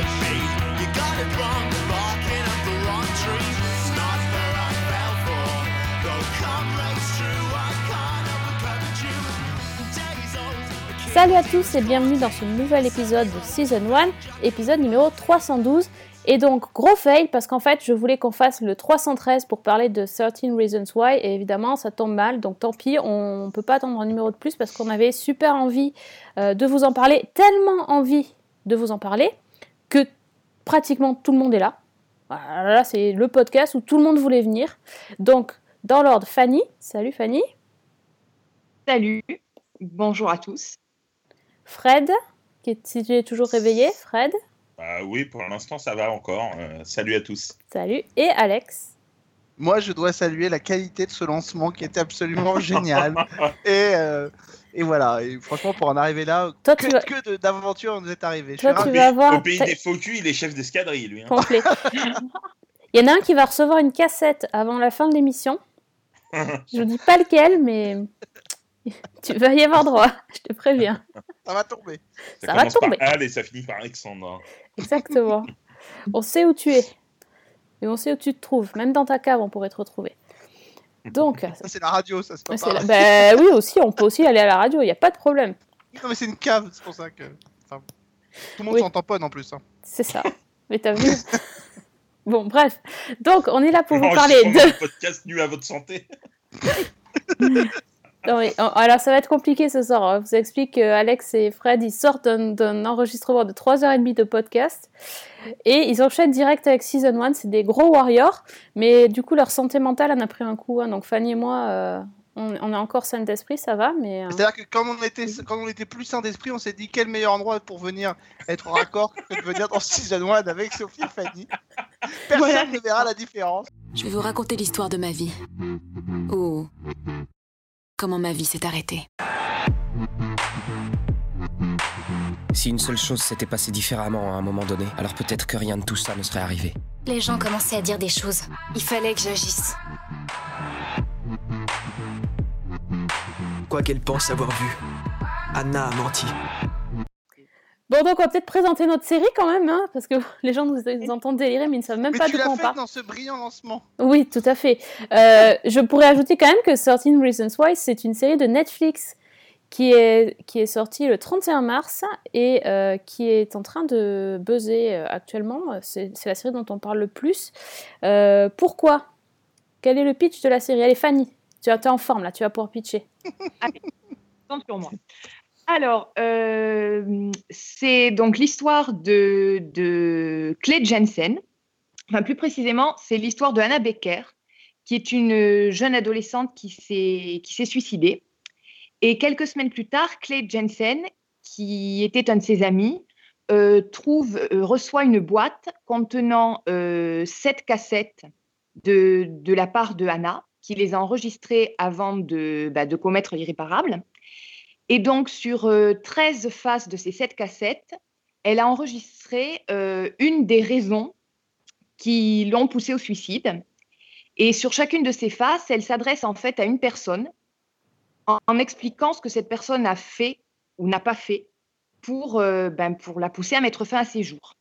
good feet. You got it wrong, barking up the wrong tree. It's not where I fell for. Though come race true, I can't help but covet you. Days old. Salut à tous et bienvenue dans ce nouvel épisode de Season 1, épisode numéro 312. Et donc, gros fail, parce qu'en fait, je voulais qu'on fasse le 313 pour parler de 13 Reasons Why, et évidemment, ça tombe mal, donc tant pis, on peut pas attendre un numéro de plus, parce qu'on avait super envie de vous en parler, tellement envie de vous en parler, que pratiquement tout le monde est là. Voilà, là, c'est le podcast où tout le monde voulait venir. Donc, dans l'ordre, Fanny. Salut Fanny. Salut, bonjour à tous. Fred, si tu es toujours réveillé, Fred. Oui, pour l'instant, ça va encore. Salut à tous. Salut. Et Alex. Moi, je dois saluer la qualité de ce lancement qui était absolument génial. Et voilà. Et franchement, pour en arriver là, Toi, que d'aventures nous est arrivé. Toi, tu vas voir. Au pays des faux culs, il est chef d'escadrille, lui. Hein. Complet. Il y en a un qui va recevoir une cassette avant la fin de l'émission. Je ne dis pas lequel, mais tu vas y avoir droit. Je te préviens. Ça va tomber. Ça va tomber. Par Al et ça finit par Alexandre. Exactement. On sait où tu es. Et on sait où tu te trouves. Même dans ta cave, on pourrait te retrouver. Donc, ça, c'est la radio, ça se passe pas. Oui, aussi, on peut aussi aller à la radio, il n'y a pas de problème. Non, mais c'est une cave, c'est pour ça que... Enfin, tout le monde s'en tamponne en plus. Hein. C'est ça. Mais t'as vu. Bon, bref. Donc, on est là pour vous parler de... podcast nu à votre santé. Non, mais, alors, ça va être compliqué ce soir. Je vous explique qu'Alex et Fred, ils sortent d'un enregistrement de 3h30 de podcast et ils enchaînent direct avec Season 1. C'est des gros warriors, mais du coup, leur santé mentale en a pris un coup. Hein. Donc, Fanny et moi, on est encore sains d'esprit, ça va, mais... C'est-à-dire que quand on était plus sains d'esprit, on s'est dit quel meilleur endroit pour venir être en raccord que de venir dans Season 1 avec Sophie et Fanny. Personne ne verra la différence. Je vais vous raconter l'histoire de ma vie. Ou comment ma vie s'est arrêtée. Si une seule chose s'était passée différemment à un moment donné, alors peut-être que rien de tout ça ne serait arrivé. Les gens commençaient à dire des choses. Il fallait que j'agisse. Quoi qu'elle pense avoir vu, Anna a menti. Bon, donc on va peut-être présenter notre série quand même, hein, parce que les gens nous entendent délirer, mais ils ne savent même pas de quoi on parle. Mais tu l'as fait dans ce brillant lancement. Oui, tout à fait. Je pourrais ajouter quand même que 13 Reasons Why, c'est une série de Netflix qui est sortie le 31 mars et qui est en train de buzzer actuellement. C'est la série dont on parle le plus. Pourquoi ? Quel est le pitch de la série ? Allez, Fanny, tu es en forme là, tu vas pouvoir pitcher. Allez, compte sur moi. Alors, c'est donc l'histoire de Clay Jensen. Enfin, plus précisément, c'est l'histoire de Hannah Becker, qui est une jeune adolescente qui s'est suicidée. Et quelques semaines plus tard, Clay Jensen, qui était un de ses amis, reçoit une boîte contenant 7 cassettes de la part de Hannah, qui les a enregistrées avant de commettre l'irréparable. Et donc, sur 13 faces de ces 7 cassettes, elle a enregistré une des raisons qui l'ont poussée au suicide. Et sur chacune de ces faces, elle s'adresse en fait à une personne en expliquant ce que cette personne a fait ou n'a pas fait pour la pousser à mettre fin à ses jours.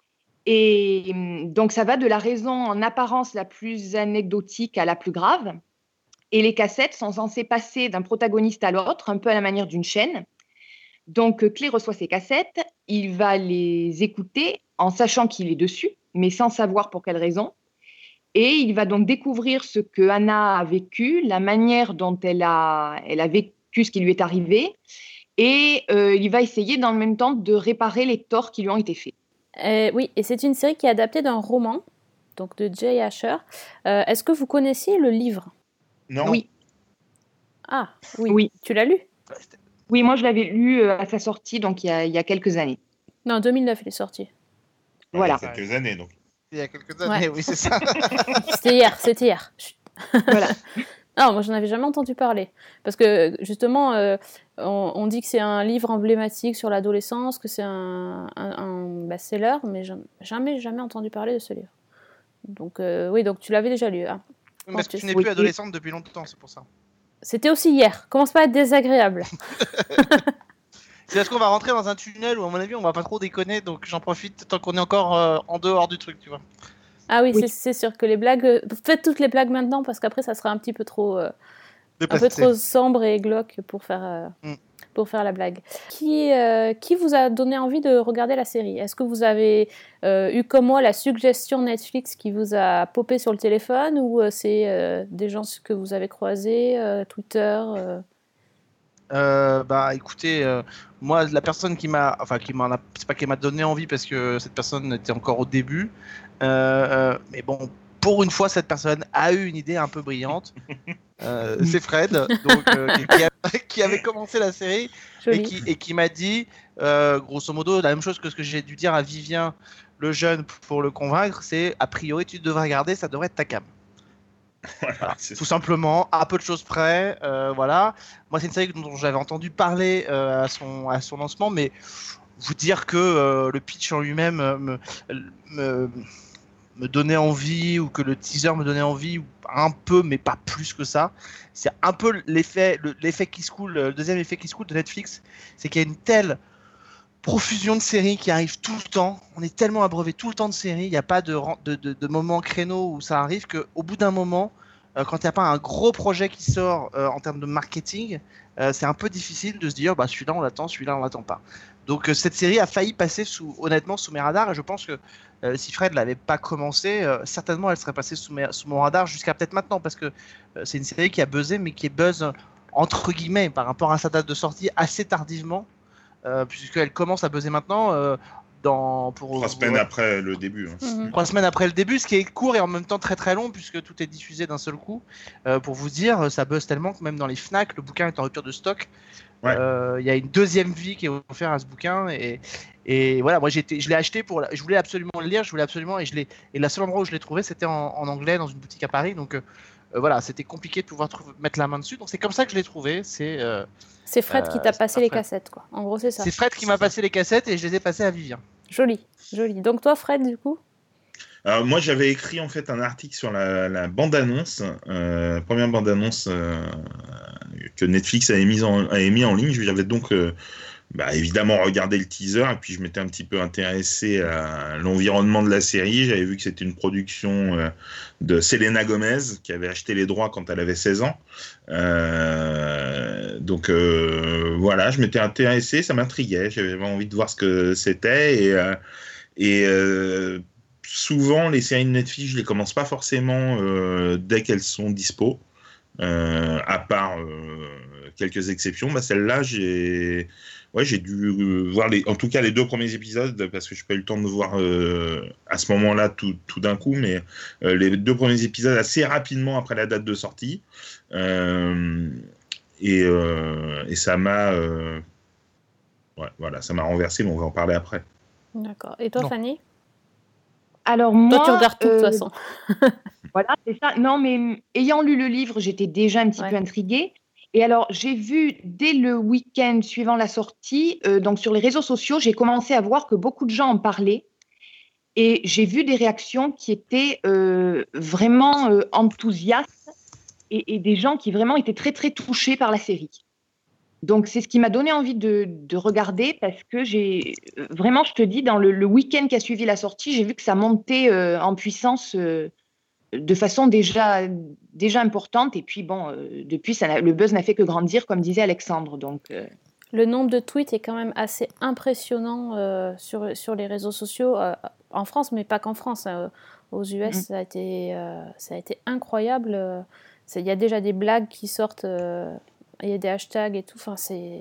Et donc, ça va de la raison en apparence la plus anecdotique à la plus grave. Et les cassettes sont censées passer d'un protagoniste à l'autre, un peu à la manière d'une chaîne. Donc, Clay reçoit ces cassettes, il va les écouter en sachant qu'il est dessus, mais sans savoir pour quelle raison. Et il va donc découvrir ce que Hannah a vécu, la manière dont elle a vécu ce qui lui est arrivé. Et il va essayer dans le même temps de réparer les torts qui lui ont été faits. Oui, et c'est une série qui est adaptée d'un roman, donc de Jay Asher. Est-ce que vous connaissiez le livre ? Non. Oui. Ah, oui. Tu l'as lu ? Oui, moi je l'avais lu à sa sortie, donc il y a quelques années. Non, en 2009, il est sorti. Voilà. Il y a quelques années, donc. Il y a quelques années, oui, c'est ça. C'était hier. Voilà. Non, moi, j'en avais jamais entendu parler. Parce que, justement, on dit que c'est un livre emblématique sur l'adolescence, que c'est un best-seller, mais jamais entendu parler de ce livre. Donc, oui, donc tu l'avais déjà lu. Hein. Parce que tu n'es plus adolescente depuis longtemps, c'est pour ça. C'était aussi hier. Commence pas à être désagréable. C'est parce qu'on va rentrer dans un tunnel où, à mon avis, on va pas trop déconner, donc j'en profite tant qu'on est encore en dehors du truc, tu vois. Ah oui, c'est sûr que les blagues... Faites toutes les blagues maintenant, parce qu'après, ça sera un petit peu trop... un peu trop sombre et glauque pour faire la blague. Qui vous a donné envie de regarder la série ? Est-ce que vous avez eu comme moi la suggestion Netflix qui vous a popé sur le téléphone ou c'est des gens que vous avez croisés, Twitter Écoutez, moi la personne c'est pas qu'elle m'a donné envie parce que cette personne était encore au début, mais bon, pour une fois cette personne a eu une idée un peu brillante. C'est Fred, donc, qui avait commencé la série et qui m'a dit, grosso modo, la même chose que ce que j'ai dû dire à Vivien, le jeune, pour le convaincre, c'est a priori tu devrais regarder, ça devrait être ta cam. Voilà, tout simplement, à peu de choses près, voilà. Moi, c'est une série dont j'avais entendu parler à son lancement, mais vous dire que le pitch en lui-même me donnait envie ou que le teaser me donnait envie un peu mais pas plus que ça, c'est un peu l'effet qui se coule, le deuxième effet qui se coule de Netflix, c'est qu'il y a une telle profusion de séries qui arrivent tout le temps, on est tellement abreuvé tout le temps de séries, il n'y a pas de moment créneau où ça arrive qu'au bout d'un moment, quand il n'y a pas un gros projet qui sort en termes de marketing, c'est un peu difficile de se dire celui-là on l'attend pas. Donc cette série a failli passer honnêtement sous mes radars et je pense que si Fred l'avait pas commencé, certainement elle serait passée sous mon radar jusqu'à peut-être maintenant parce que c'est une série qui a buzzé mais qui buzz entre guillemets par rapport à sa date de sortie assez tardivement puisqu'elle commence à buzzer maintenant 3 semaines après le début. 3 semaines après le début, ce qui est court et en même temps très très long puisque tout est diffusé d'un seul coup. Pour vous dire, ça buzz tellement que même dans les Fnac, le bouquin est en rupture de stock. Il y a une deuxième vie qui est offerte à ce bouquin et voilà, moi je l'ai acheté je voulais absolument le lire, et le seul endroit où je l'ai trouvé c'était en anglais dans une boutique à Paris, donc voilà, c'était compliqué de pouvoir mettre la main dessus, donc c'est comme ça que je l'ai trouvé. C'est Fred qui t'a passé les cassettes, quoi. En gros, c'est ça. C'est Fred qui m'a passé les cassettes et je les ai passées à Vivien. Joli. Donc toi, Fred, du coup ? Alors, moi, j'avais écrit en fait un article sur la bande-annonce, première bande-annonce que Netflix avait mis en ligne. J'avais donc évidemment regardé le teaser et puis je m'étais un petit peu intéressé à l'environnement de la série. J'avais vu que c'était une production de Selena Gomez qui avait acheté les droits quand elle avait 16 ans. Donc voilà, je m'étais intéressé, ça m'intriguait. J'avais envie de voir ce que c'était et souvent, les séries de Netflix, je les commence pas forcément dès qu'elles sont dispo, à part quelques exceptions. Celle-là, j'ai dû voir en tout cas les 2 premiers épisodes parce que je n'ai pas eu le temps de voir à ce moment-là tout d'un coup, mais les 2 premiers épisodes assez rapidement après la date de sortie. Et ça m'a ça m'a renversé, mais on va en parler après. D'accord. Et toi, Fanny ? Alors moi, toi, tu regardes tout de toute façon. Voilà, c'est ça. Non, mais ayant lu le livre, j'étais déjà un petit peu intriguée. Et alors, j'ai vu dès le week-end suivant la sortie, donc sur les réseaux sociaux, j'ai commencé à voir que beaucoup de gens en parlaient. Et j'ai vu des réactions qui étaient vraiment enthousiastes et des gens qui vraiment étaient très, très touchés par la série. Donc, c'est ce qui m'a donné envie de regarder parce que vraiment, je te dis, dans le week-end qui a suivi la sortie, j'ai vu que ça montait en puissance de façon déjà importante. Et puis, bon, depuis, le buzz n'a fait que grandir, comme disait Alexandre. Donc, le nombre de tweets est quand même assez impressionnant sur les réseaux sociaux, en France, mais pas qu'en France. Aux US, ça a été incroyable. Il y a déjà des blagues qui sortent... il y a des hashtags et tout, c'est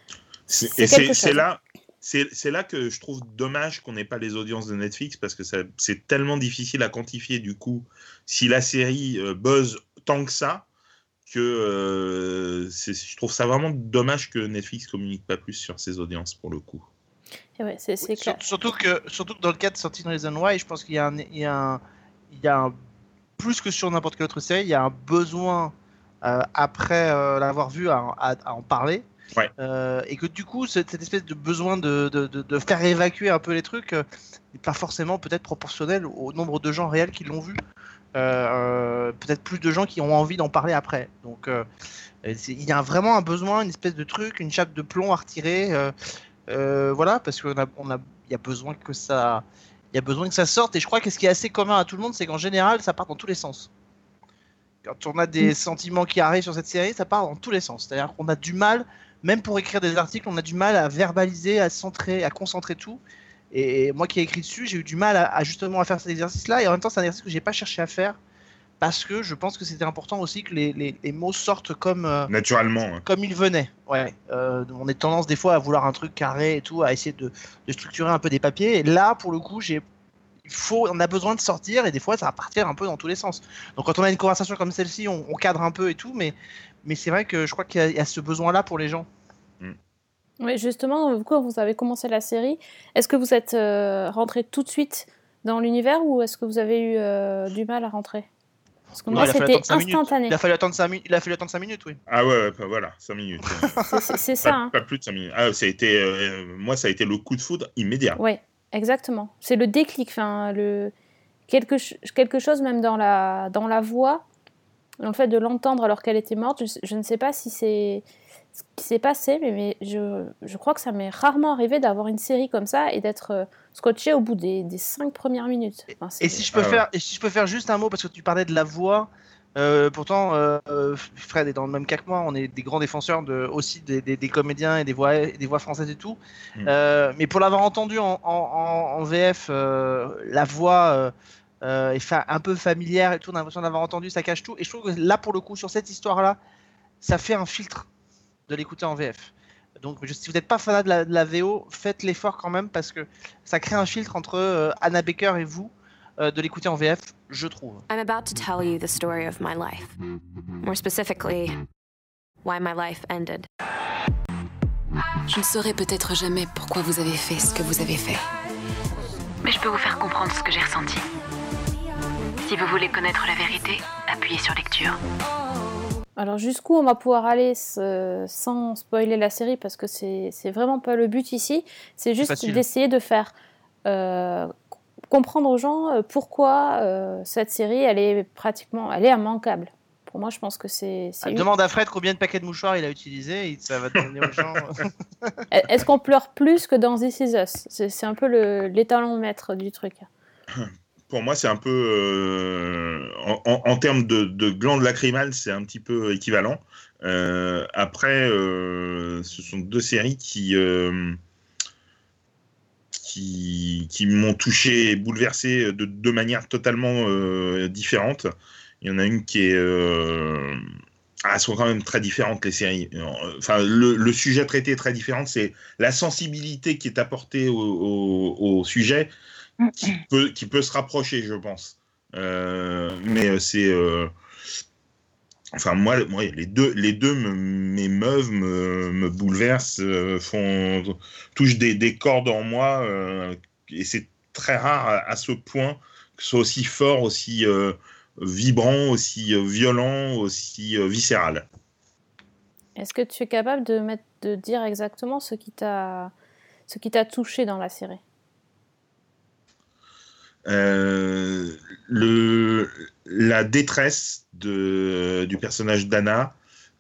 là que je trouve dommage qu'on n'ait pas les audiences de Netflix parce que c'est tellement difficile à quantifier du coup si la série buzz tant que ça que je trouve ça vraiment dommage que Netflix communique pas plus sur ses audiences pour le coup. Et ouais, c'est clair. Surtout que dans le cas de Certain Reason Why, je pense qu'il y a un plus que sur n'importe quelle autre série, il y a un besoin après l'avoir vu à en parler. Ouais. Et que du coup, cette espèce de besoin de faire évacuer un peu les trucs n'est pas forcément peut-être proportionnel au nombre de gens réels qui l'ont vu. Peut-être plus de gens qui ont envie d'en parler après. Donc, il y a vraiment un besoin, une espèce de truc, une chape de plomb à retirer. Voilà, parce qu'il y a besoin que ça. Il y a besoin que ça sorte, et je crois que ce qui est assez commun à tout le monde, c'est qu'en général, ça part dans tous les sens. Quand on a des sentiments qui arrivent sur cette série, ça part dans tous les sens. C'est-à-dire qu'on a du mal, même pour écrire des articles, on a du mal à verbaliser, à centrer, à concentrer tout. Et moi qui ai écrit dessus, j'ai eu du mal à justement à faire cet exercice-là, et en même temps, c'est un exercice que j'ai pas cherché à faire, parce que je pense que c'était important aussi que les mots sortent comme naturellement. Hein. Comme ils venaient. Ouais. On a tendance des fois à vouloir un truc carré et tout, à essayer de structurer un peu des papiers. Et là, pour le coup, on a besoin de sortir, et des fois, ça va partir un peu dans tous les sens. Donc, quand on a une conversation comme celle-ci, on cadre un peu et tout, mais c'est vrai que je crois qu'il y a ce besoin-là pour les gens. Oui, justement, quand vous avez commencé la série, est-ce que vous êtes rentré tout de suite dans l'univers, ou est-ce que vous avez eu du mal à rentrer? Parce que moi, c'était instantané. Il a fallu attendre 5 minutes, oui. Ah ouais, voilà, 5 minutes. c'est ça. Pas plus de 5 minutes. Ah, ça a été, moi, ça a été le coup de foudre immédiat. Oui, exactement. C'est le déclic. Quelque chose même dans la voix, dans le fait de l'entendre alors qu'elle était morte. Je ne sais pas si c'est ce qui s'est passé, mais je crois que ça m'est rarement arrivé d'avoir une série comme ça et d'être scotché au bout des 5 premières minutes. Et si je peux faire juste un mot, parce que tu parlais de la voix, pourtant Fred est dans le même cas que moi, on est des grands défenseurs aussi des comédiens et des voix françaises et tout, mais pour l'avoir entendu en VF, la voix est un peu familière et tout, on a l'impression d'avoir entendu, ça cache tout, et je trouve que là, pour le coup, sur cette histoire-là, ça fait un filtre de l'écouter en VF. Donc, si vous n'êtes pas fanat de la VO, faites l'effort quand même, parce que ça crée un filtre entre Anna Baker et vous, de l'écouter en VF, je trouve. I'm about to tell you the story of my life. More specifically, why my life ended. Je ne saurai peut-être jamais pourquoi vous avez fait ce que vous avez fait. Mais je peux vous faire comprendre ce que j'ai ressenti. Si vous voulez connaître la vérité, appuyez sur lecture. Alors jusqu'où on va pouvoir aller sans spoiler la série, parce que c'est vraiment pas le but ici, c'est juste d'essayer de faire comprendre aux gens pourquoi cette série elle est immanquable. Pour moi, je pense que c'est demande à Fred combien de paquets de mouchoirs il a utilisé, et ça va donner aux gens. Est-ce qu'on pleure plus que dans This Is Us? C'est un peu l'étalon maître du truc. Pour moi, c'est un peu... en termes de glandes lacrymales, c'est un petit peu équivalent. Après, ce sont deux séries qui m'ont touché et bouleversé de deux manières totalement différentes. Il y en a une qui est... elles sont quand même très différentes, les séries. Enfin, le sujet traité est très différent. C'est la sensibilité qui est apportée au sujet qui peut se rapprocher, je pense. Mais c'est... Enfin, moi, les deux m'émeuvent, me bouleversent, touchent des cordes en moi, et c'est très rare à ce point que ce soit aussi fort, aussi vibrant, aussi violent, aussi viscéral. Est-ce que tu es capable de dire exactement ce qui t'a touché dans la série ? La détresse du personnage d'Anna,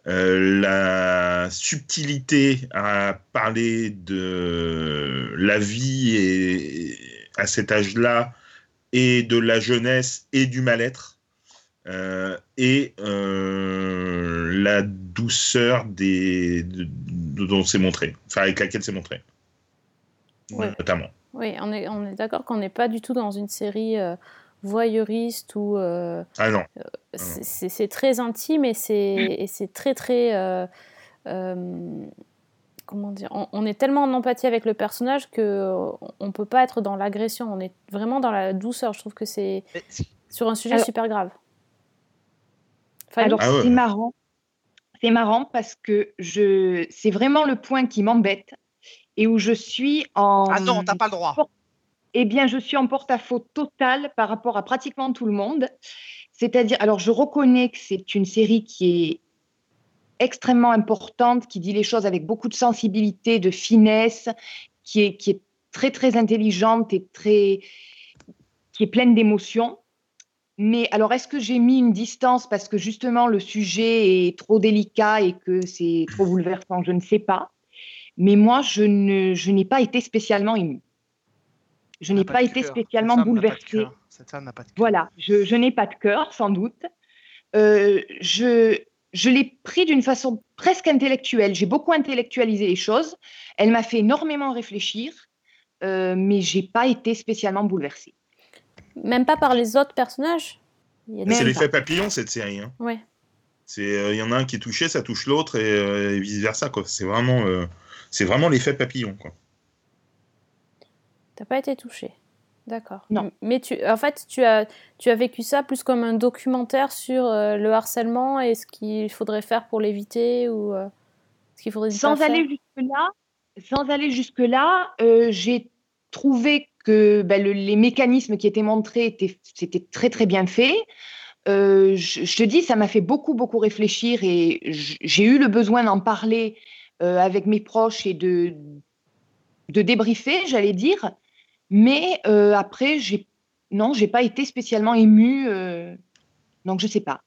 la subtilité à parler de la vie et à cet âge-là, et de la jeunesse et du mal-être, et la douceur dont c'est montré, enfin avec laquelle c'est montré, notamment. Oui, on est d'accord qu'on n'est pas du tout dans une série voyeuriste ou... Ah non. C'est très intime et c'est très très... comment dire, on est tellement en empathie avec le personnage qu'on ne peut pas être dans l'agression. On est vraiment dans la douceur. Je trouve que c'est sur un sujet super grave. Alors, c'est marrant. C'est marrant parce que c'est vraiment le point qui m'embête. Et où je suis en... Ah non, t'as pas le droit. Eh bien, je suis en porte-à-faux total par rapport à pratiquement tout le monde. C'est-à-dire, alors je reconnais que c'est une série qui est extrêmement importante, qui dit les choses avec beaucoup de sensibilité, de finesse, qui est très, très intelligente et qui est pleine d'émotions. Mais alors, est-ce que j'ai mis une distance parce que justement le sujet est trop délicat et que c'est trop bouleversant? Je ne sais pas. Mais moi, je n'ai pas été spécialement émue. Je n'ai pas été spécialement bouleversée. Cette femme n'a pas de cœur. Voilà, je n'ai pas de cœur, sans doute. Je l'ai pris d'une façon presque intellectuelle. J'ai beaucoup intellectualisé les choses. Elle m'a fait énormément réfléchir, mais je n'ai pas été spécialement bouleversée. Même pas par les autres personnages? C'est l'effet papillon, cette série. Hein. Ouais. Il y en a un qui est touché, ça touche l'autre, et vice-versa. Quoi. C'est vraiment l'effet papillon. Quoi. T'as pas été touché. D'accord. Non. Mais tu as vécu ça plus comme un documentaire sur le harcèlement et ce qu'il faudrait faire pour l'éviter ou ce qu'il faudrait Sans aller jusque-là, j'ai trouvé que les mécanismes qui étaient montrés c'était très très bien fait. Je te dis, ça m'a fait beaucoup beaucoup réfléchir et j'ai eu le besoin d'en parler avec mes proches et de débriefer, j'allais dire. Mais après, j'ai pas été spécialement émue. Donc je sais pas.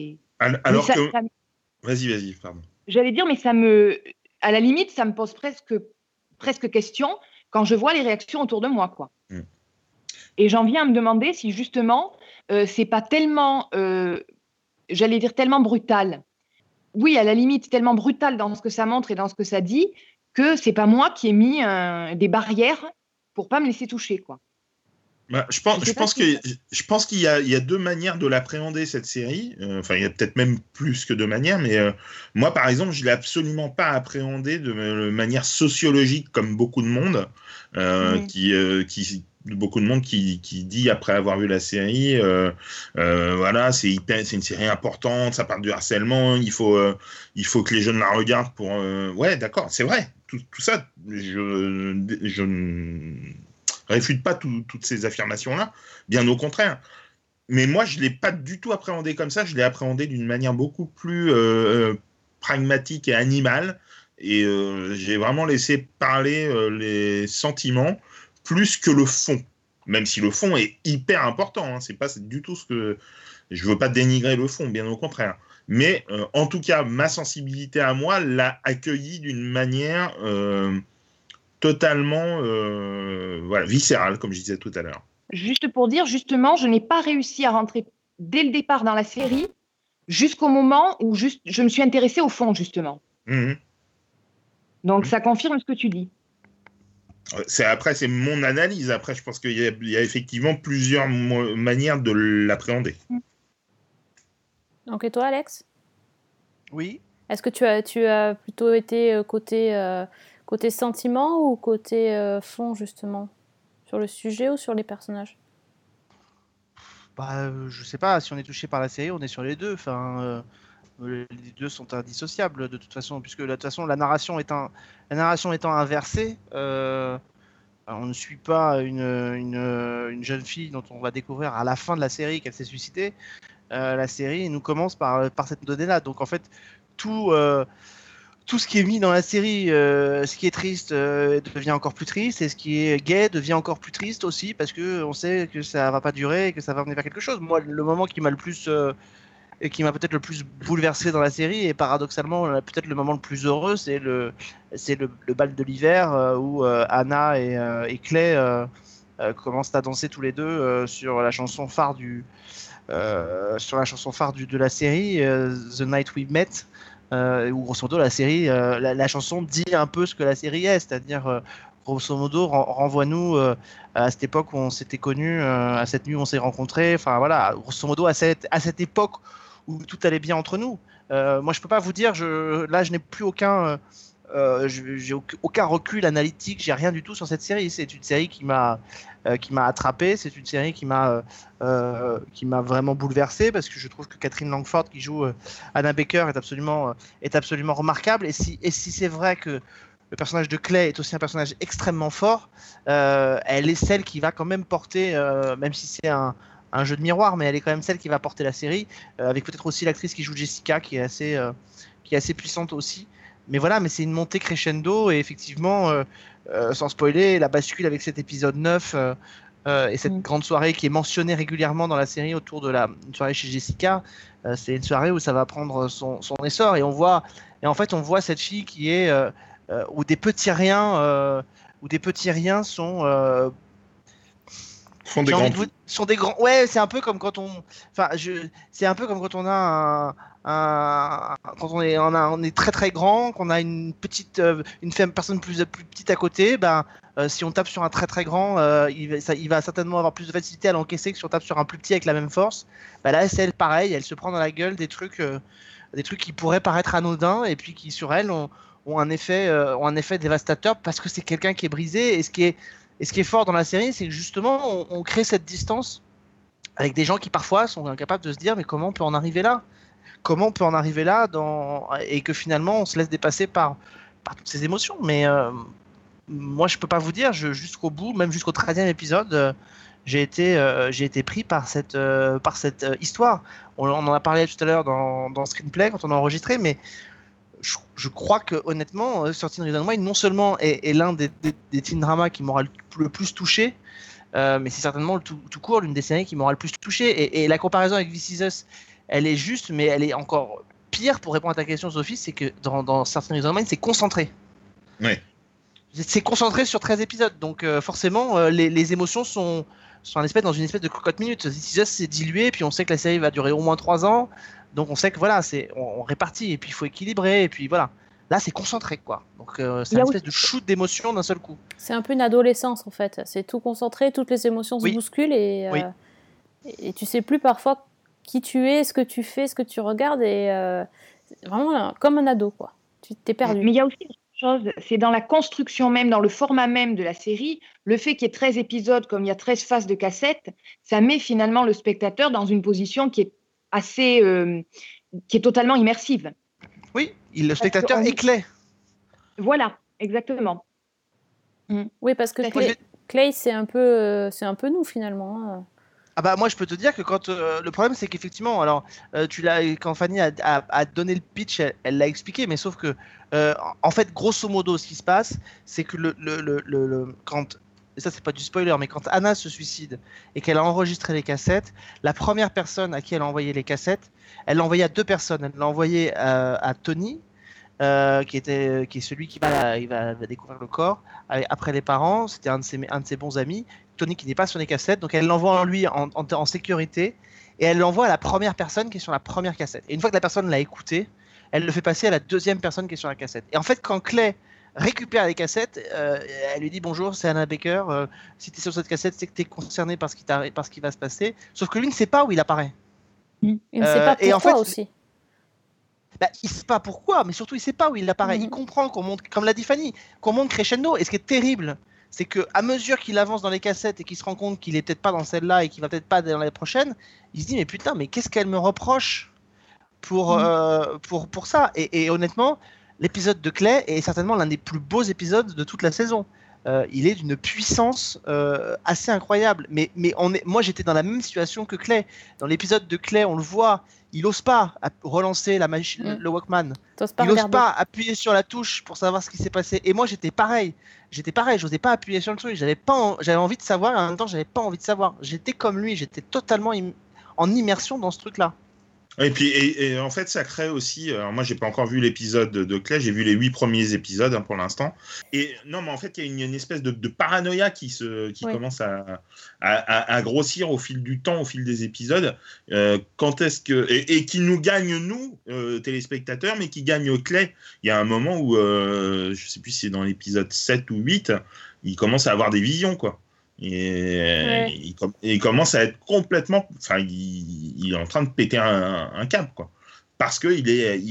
Vas-y, pardon. J'allais dire, mais à la limite, ça me pose presque question quand je vois les réactions autour de moi, quoi. Et j'en viens à me demander si justement, c'est pas tellement, j'allais dire tellement brutal. Oui, à la limite, tellement brutal dans ce que ça montre et dans ce que ça dit, que c'est pas moi qui ai mis des barrières pour pas me laisser toucher, quoi. Je pense qu'il y a deux manières de l'appréhender, cette série. Enfin, il y a peut-être même plus que deux manières, mais moi, par exemple, je ne l'ai absolument pas appréhendée de manière sociologique comme beaucoup de monde, beaucoup de monde qui dit, après avoir vu la série, voilà, c'est une série importante, ça parle du harcèlement, il faut que les jeunes la regardent pour... Ouais, d'accord, c'est vrai, tout ça, je ne réfute pas toutes ces affirmations-là, bien au contraire. Mais moi, je ne l'ai pas du tout appréhendé comme ça, je l'ai appréhendé d'une manière beaucoup plus pragmatique et animale, et j'ai vraiment laissé parler les sentiments plus que le fond, même si le fond est hyper important, hein. C'est pas du tout ce que... Je veux pas dénigrer le fond, bien au contraire. Mais en tout cas, ma sensibilité à moi l'a accueilli d'une manière... totalement viscérale, comme je disais tout à l'heure. Juste pour dire, justement, je n'ai pas réussi à rentrer dès le départ dans la série jusqu'au moment où je me suis intéressée au fond, justement. Donc, ça confirme ce que tu dis. Après, c'est mon analyse. Après, je pense qu'il y a effectivement plusieurs manières de l'appréhender. Donc, et toi, Alex ? Oui. Est-ce que tu as plutôt été côté sentiment ou côté fond, justement, sur le sujet ou sur les personnages? Je sais pas, si on est touché par la série, on est sur les deux. Enfin, les deux sont indissociables de toute façon, puisque de toute façon la narration étant inversée, on ne suit pas une jeune fille dont on va découvrir à la fin de la série qu'elle s'est suicidée. La série nous commence par cette donnée-là. Donc en fait, tout ce qui est mis dans la série, ce qui est triste devient encore plus triste, et ce qui est gai devient encore plus triste aussi, parce que on sait que ça va pas durer et que ça va venir vers quelque chose. Moi, le moment qui m'a le plus et qui m'a peut-être le plus bouleversé dans la série, et paradoxalement peut-être le moment le plus heureux, c'est le bal de l'hiver où Anna et Clay commencent à danser tous les deux sur la chanson phare de la série, The Night We Met. Où grosso modo la série, la chanson dit un peu ce que la série est, c'est-à-dire grosso modo renvoie-nous à cette époque où on s'était connus, à cette nuit où on s'est rencontrés, enfin voilà, grosso modo à cette époque où tout allait bien entre nous. Moi je peux pas vous dire, là je n'ai plus aucun recul analytique, j'ai rien du tout sur cette série. C'est une série qui m'a attrapé, c'est une série qui m'a vraiment bouleversé, parce que je trouve que Catherine Langford qui joue Anna Baker est absolument remarquable, et si c'est vrai que le personnage de Clay est aussi un personnage extrêmement fort, elle est celle qui va quand même porter, même si c'est un jeu de miroir, mais elle est quand même celle qui va porter la série, avec peut-être aussi l'actrice qui joue Jessica qui est qui est assez puissante aussi. Mais voilà, mais c'est une montée crescendo et effectivement, sans spoiler, la bascule avec cet épisode 9 et cette grande soirée qui est mentionnée régulièrement dans la série autour de une soirée chez Jessica, c'est une soirée où ça va prendre son essor et on voit cette fille qui est où des petits riens sont Font des grands. sont des grands. Ouais, c'est un peu comme quand on. Enfin, c'est un peu comme quand on a quand on est très très grand, qu'on a une petite, personne plus petite à côté. Si on tape sur un très très grand, il va certainement avoir plus de facilité à l'encaisser que si on tape sur un plus petit avec la même force. Là, c'est pareil, elle se prend dans la gueule des trucs qui pourraient paraître anodins et puis qui sur elle ont un effet dévastateur parce que c'est quelqu'un qui est brisé. Et ce qui est fort dans la série, c'est que justement, on crée cette distance avec des gens qui parfois sont incapables de se dire mais comment on peut en arriver là ? Comment on peut en arriver là et que finalement on se laisse dépasser par toutes ces émotions. Mais moi, je peux pas vous dire, jusqu'au bout, même jusqu'au 13e épisode, j'ai été pris par cette histoire. On en a parlé tout à l'heure dans Screenplay quand on a enregistré, mais je crois que honnêtement, 13 Reasons Why non seulement est l'un des teen dramas qui m'aura le plus touché, mais c'est certainement tout court l'une des séries qui m'aura le plus touché. Et la comparaison avec This Is Us, elle est juste, mais elle est encore pire pour répondre à ta question, Sophie, c'est que dans 13 Reasons Why, c'est concentré. Oui. C'est concentré sur 13 épisodes, donc forcément, les émotions sont dans une espèce de cocotte minute. This Is Us, c'est dilué, puis on sait que la série va durer au moins 3 ans. Donc on sait que voilà, on répartit et puis il faut équilibrer et puis voilà. Là c'est concentré quoi. Donc c'est une espèce de shoot d'émotions d'un seul coup. C'est un peu une adolescence en fait. C'est tout concentré, toutes les émotions se bousculent et tu sais plus parfois qui tu es, ce que tu fais, ce que tu regardes et vraiment comme un ado quoi. Tu t'es perdu. Mais il y a aussi autre chose, c'est dans la construction même, dans le format même de la série, le fait qu'il y ait 13 épisodes comme il y a 13 faces de cassette, ça met finalement le spectateur dans une position qui est qui est totalement immersive. Oui, le spectateur est clé. Voilà, exactement. Oui, parce que Clay, c'est un peu nous finalement. Moi je peux te dire que quand le problème c'est qu'effectivement, alors quand Fanny a donné le pitch, elle l'a expliqué, mais sauf que en fait grosso modo ce qui se passe, c'est que quand et ça c'est pas du spoiler, mais quand Anna se suicide et qu'elle a enregistré les cassettes, la première personne à qui elle a envoyé les cassettes, elle l'a envoyé à 2 personnes. Elle l'a envoyé à Tony, qui est celui qui va découvrir le corps après les parents. C'était un de ses bons amis. Tony qui n'est pas sur les cassettes, donc elle l'envoie en lui en sécurité et elle l'envoie à la première personne qui est sur la première cassette. Et une fois que la personne l'a écouté, elle le fait passer à la deuxième personne qui est sur la cassette. Et en fait, quand Clay récupère les cassettes, elle lui dit bonjour, c'est Anna Baker, si tu es sur cette cassette, c'est que tu es concerné par ce qui va se passer. Sauf que lui ne sait pas où il apparaît. Il ne sait pas pourquoi en fait, aussi. Il ne sait pas pourquoi, mais surtout il ne sait pas où il apparaît. Il comprend qu'on monte, comme l'a dit Fanny, qu'on monte crescendo. Et ce qui est terrible, c'est qu'à mesure qu'il avance dans les cassettes et qu'il se rend compte qu'il n'est peut-être pas dans celle-là et qu'il va peut-être pas dans la prochaine, il se dit mais putain, mais qu'est-ce qu'elle me reproche pour ça et honnêtement, l'épisode de Clay est certainement l'un des plus beaux épisodes de toute la saison. Il est d'une puissance assez incroyable. Mais moi, j'étais dans la même situation que Clay. Dans l'épisode de Clay, on le voit, il n'ose pas relancer la machine, le Walkman. Il n'ose pas appuyer sur la touche pour savoir ce qui s'est passé. Et moi, j'étais pareil. J'osais pas appuyer sur le truc. J'avais envie de savoir et en même temps, j'avais pas envie de savoir. J'étais comme lui. J'étais totalement en immersion dans ce truc-là. Et puis, et en fait, ça crée aussi. Alors moi, j'ai pas encore vu l'épisode de Clay. J'ai vu les 8 premiers épisodes pour l'instant. Et non, mais en fait, il y a une espèce de paranoïa qui commence à grossir au fil du temps, au fil des épisodes. Quand est-ce que et qui nous gagne nous, téléspectateurs, mais qui gagne Clay. Il y a un moment où je sais plus si c'est dans l'épisode 7 ou 8, il commence à avoir des visions, quoi. Et il commence à être complètement, enfin, il est en train de péter un câble, quoi, parce que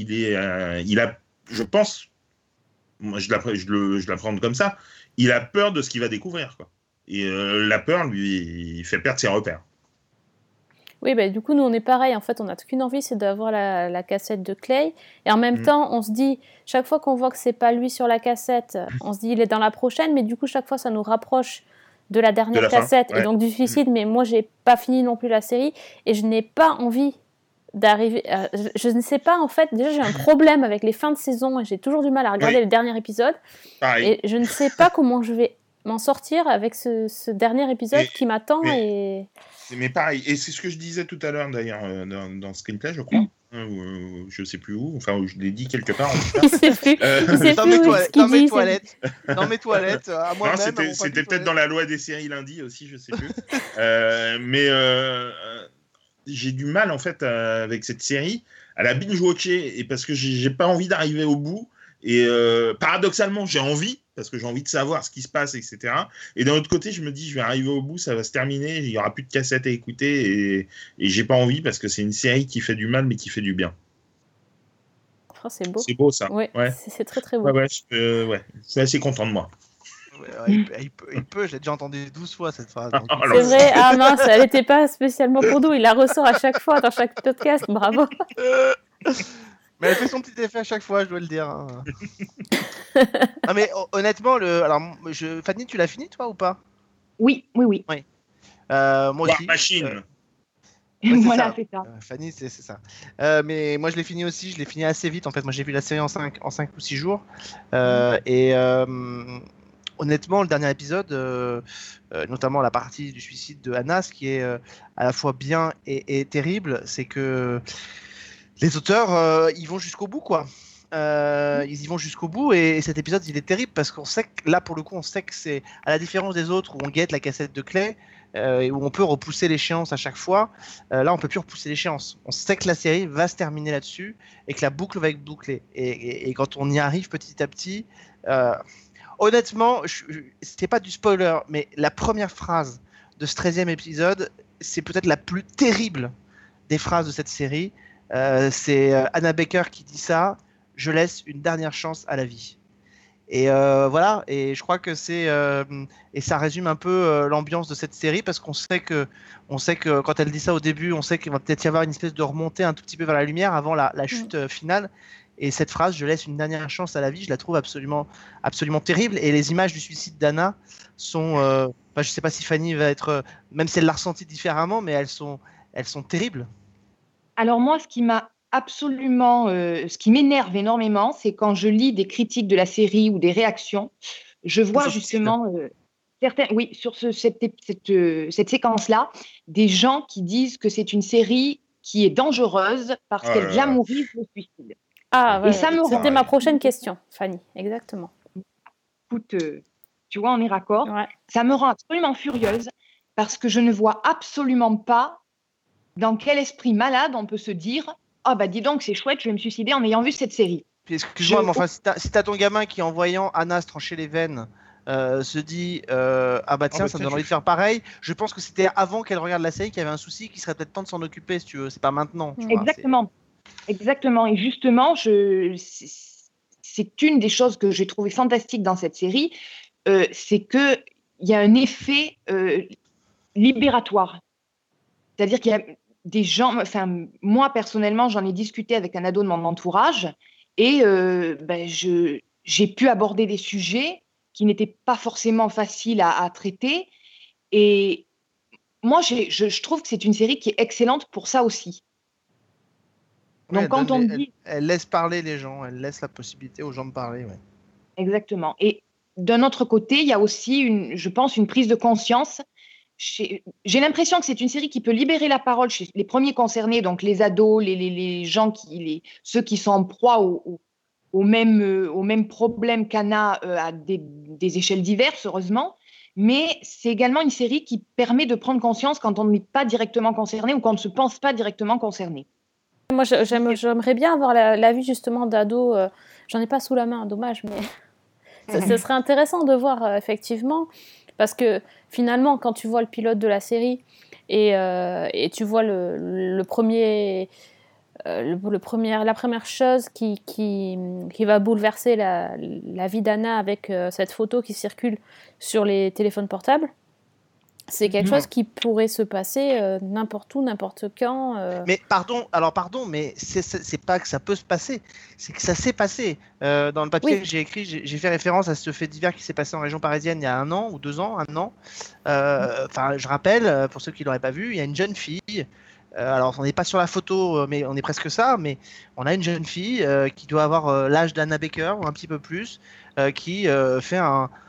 il a, je pense, moi je l'apprends comme ça, il a peur de ce qu'il va découvrir, quoi. Et la peur lui fait perdre ses repères. Oui, du coup, nous, on est pareil. En fait, on n'a qu'une envie, c'est d'avoir la cassette de Clay. Et en même temps, on se dit, chaque fois qu'on voit que c'est pas lui sur la cassette, on se dit, il est dans la prochaine. Mais du coup, chaque fois, ça nous rapproche de la dernière cassette et donc du suicide. Mais moi, j'ai pas fini non plus la série et je n'ai pas envie d'arriver. Je ne sais pas, en fait, déjà j'ai un problème avec les fins de saison et j'ai toujours du mal à regarder le dernier épisode. Pareil. Et je ne sais pas comment je vais m'en sortir avec ce dernier épisode qui m'attend. Mais pareil, et c'est ce que je disais tout à l'heure d'ailleurs dans Screenplay, je crois. Je sais plus où, enfin je l'ai dit quelque part en tout cas. Il sait plus, dans mes toilettes, à moi-même. Non, c'était peut-être dans la loi des séries lundi aussi, je sais plus. J'ai du mal en fait avec cette série à la binge-watcher et parce que j'ai pas envie d'arriver au bout et paradoxalement j'ai envie parce que j'ai envie de savoir ce qui se passe, etc. Et d'un autre côté, je me dis, je vais arriver au bout, ça va se terminer, il n'y aura plus de cassettes à écouter, et j'ai pas envie parce que c'est une série qui fait du mal, mais qui fait du bien. Oh, c'est beau. C'est beau, ça. Ouais. C'est très, très beau. Je suis assez content de moi. Il peut, je l'ai déjà entendu 12 fois cette phrase. Donc... C'est vrai, ah mince, elle n'était pas spécialement pour nous, il la ressort à chaque fois dans chaque podcast, bravo. Mais elle fait son petit effet à chaque fois, je dois le dire. Hein. Non mais honnêtement, Fanny, tu l'as fini toi ou pas ? Oui. Moi aussi. Machine. Voilà, c'est ça. Fanny, c'est ça. Mais moi, je l'ai fini aussi. Je l'ai fini assez vite. En fait, moi, j'ai vu la série en 5 ou 6 jours. Honnêtement, le dernier épisode, notamment la partie du suicide de Anna, ce qui est à la fois bien et terrible, c'est que les auteurs, ils vont jusqu'au bout, quoi. Ils y vont jusqu'au bout et cet épisode, il est terrible parce qu'on sait que là, pour le coup, on sait que c'est à la différence des autres où on guette la cassette de clé. Et où on peut repousser l'échéance à chaque fois. Là, on peut plus repousser l'échéance. On sait que la série va se terminer là-dessus et que la boucle va être bouclée. Et quand on y arrive petit à petit, honnêtement, c'était pas du spoiler, mais la première phrase de ce 13e épisode, c'est peut-être la plus terrible des phrases de cette série. C'est Anna Baker qui dit ça. Je laisse une dernière chance à la vie. Et voilà, et je crois que et ça résume un peu l'ambiance de cette série parce qu'on sait que quand elle dit ça au début, on sait qu'il va peut-être y avoir une espèce de remontée un tout petit peu vers la lumière avant la chute finale. Et cette phrase, je laisse une dernière chance à la vie, je la trouve absolument terrible. Et les images du suicide d'Anna sont, je sais pas si Fanny va être, même si elle l'a ressenti différemment, mais elles sont terribles. Alors moi, ce qui m'énerve énormément, c'est quand je lis des critiques de la série ou des réactions, je vois justement sur cette séquence-là, des gens qui disent que c'est une série qui est dangereuse parce qu'elle glamourise le suicide. Ah, ouais, c'était ma prochaine question, Fanny, exactement. Écoute, tu vois, on est raccord. Ouais. Ça me rend absolument furieuse parce que je ne vois absolument pas dans quel esprit malade on peut se dire « Ah bah dis donc, c'est chouette, je vais me suicider en ayant vu cette série. » Puis excuse-moi, mais enfin, si t'as ton gamin qui, en voyant Anna se trancher les veines, se dit ah bah tiens, ça me donne envie de faire pareil, je pense que c'était avant qu'elle regarde la série qu'il y avait un souci, qu'il serait peut-être temps de s'en occuper, si tu veux. C'est pas maintenant. Exactement. Et justement, c'est une des choses que j'ai trouvé fantastique dans cette série, c'est qu'il y a un effet libératoire. C'est-à-dire qu'il y a des gens, enfin moi personnellement, j'en ai discuté avec un ado de mon entourage et j'ai pu aborder des sujets qui n'étaient pas forcément faciles à traiter. Et moi, je trouve que c'est une série qui est excellente pour ça aussi. Donc ouais, quand on dit... Elle laisse parler les gens, elle laisse la possibilité aux gens de parler. Ouais. Exactement. Et d'un autre côté, il y a aussi, je pense, une prise de conscience. J'ai l'impression que c'est une série qui peut libérer la parole chez les premiers concernés, donc les ados, les gens, ceux qui sont en proie au même problème qu'Anna à des échelles diverses, heureusement. Mais c'est également une série qui permet de prendre conscience quand on n'est pas directement concerné ou qu'on ne se pense pas directement concerné. Moi, j'aimerais bien avoir l'avis justement d'ados. J'en ai pas sous la main, dommage, mais ce serait intéressant de voir effectivement. Parce que finalement, quand tu vois le pilote de la série et tu vois la première chose qui va bouleverser la vie d'Anna avec cette photo qui circule sur les téléphones portables, c'est quelque chose qui pourrait se passer n'importe où, n'importe quand. Mais pardon, mais c'est pas que ça peut se passer, c'est que ça s'est passé. Dans le papier que j'ai écrit, j'ai fait référence à ce fait divers qui s'est passé en région parisienne il y a 1 an ou 2 ans, 1 an. Je rappelle, pour ceux qui l'auraient pas vu, il y a une jeune fille alors on n'est pas sur la photo, mais on est presque ça, mais on a une jeune fille qui doit avoir l'âge d'Anna Baker ou un petit peu plus, qui fait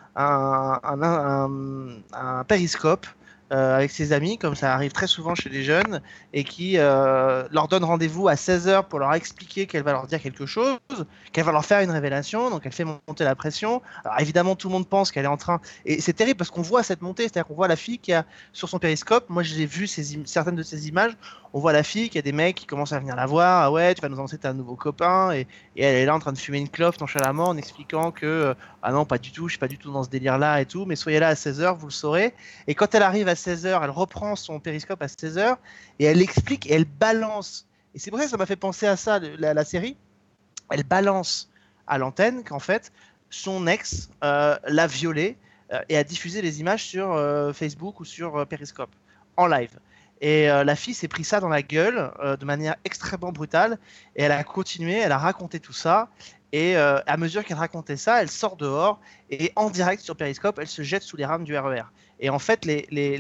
un périscope avec ses amis, comme ça arrive très souvent chez les jeunes, et qui leur donne rendez-vous à 16h pour leur expliquer qu'elle va leur dire quelque chose, qu'elle va leur faire une révélation, donc elle fait monter la pression. Alors évidemment, tout le monde pense qu'elle est en train... Et c'est terrible parce qu'on voit cette montée, c'est-à-dire qu'on voit la fille qui a sur son périscope, moi j'ai vu certaines de ces images, on voit la fille qui a des mecs qui commencent à venir la voir, ah ouais, tu vas nous annoncer t'as un nouveau copain, et elle est là en train de fumer une clope nonchalamment en expliquant que ah non, pas du tout, je suis pas du tout dans ce délire-là et tout, mais soyez là à 16h, vous le saurez. Et quand elle arrive à 16h, elle reprend son périscope à 16h, et elle explique, et elle balance. Et c'est pour ça que ça m'a fait penser à ça, la série. Elle balance à l'antenne qu'en fait, son ex l'a violée et a diffusé les images sur Facebook ou sur Periscope, en live. Et la fille s'est pris ça dans la gueule de manière extrêmement brutale, et elle a continué, elle a raconté tout ça, et à mesure qu'elle racontait ça, elle sort dehors, et en direct sur Periscope, elle se jette sous les rames du RER. Et en fait,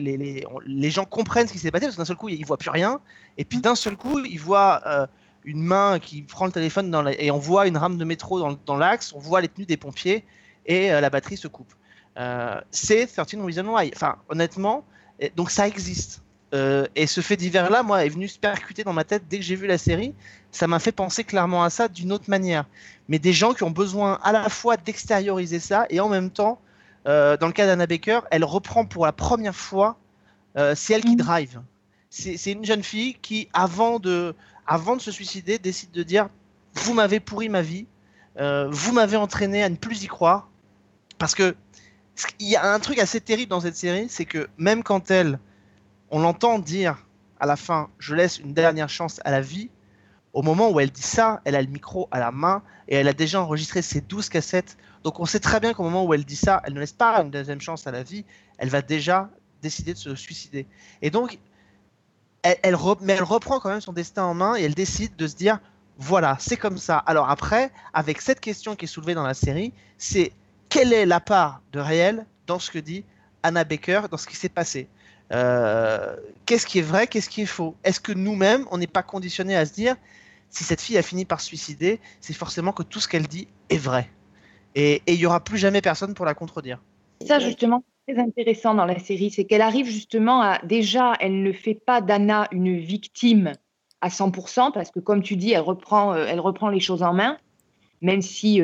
les gens comprennent ce qui s'est passé, parce que d'un seul coup, ils ne voient plus rien, et puis d'un seul coup, ils voient une main qui prend le téléphone, et on voit une rame de métro dans l'axe, on voit les tenues des pompiers, et la batterie se coupe. C'est 13 Reasons Why. Enfin, honnêtement, donc ça existe. Et ce fait divers-là, moi, est venu se percuter dans ma tête dès que j'ai vu la série. Ça m'a fait penser clairement à ça d'une autre manière. Mais des gens qui ont besoin à la fois d'extérioriser ça, et en même temps, dans le cas d'Anna Baker, elle reprend pour la première fois, c'est elle qui drive. C'est une jeune fille qui, avant de se suicider, décide de dire « Vous m'avez pourri ma vie, vous m'avez entraîné à ne plus y croire. » Parce que il y a un truc assez terrible dans cette série, c'est que même quand on l'entend dire à la fin « Je laisse une dernière chance à la vie », au moment où elle dit ça, elle a le micro à la main et elle a déjà enregistré ses 12 cassettes. Donc on sait très bien qu'au moment où elle dit ça, elle ne laisse pas une deuxième chance à la vie, elle va déjà décider de se suicider. Et donc, elle reprend quand même son destin en main, et elle décide de se dire « Voilà, c'est comme ça ». Alors après, avec cette question qui est soulevée dans la série, c'est quelle est la part de réel dans ce que dit Anna Baker, dans ce qui s'est passé ? Qu'est-ce qui est vrai, qu'est-ce qui est faux? Est-ce que nous-mêmes, on n'est pas conditionnés à se dire, si cette fille a fini par se suicider, c'est forcément que tout ce qu'elle dit est vrai, et il n'y aura plus jamais personne pour la contredire. Ça, justement, c'est très intéressant dans la série, c'est qu'elle arrive justement à... Déjà, elle ne fait pas d'Anna une victime à 100%, parce que comme tu dis, elle reprend les choses en main, même si,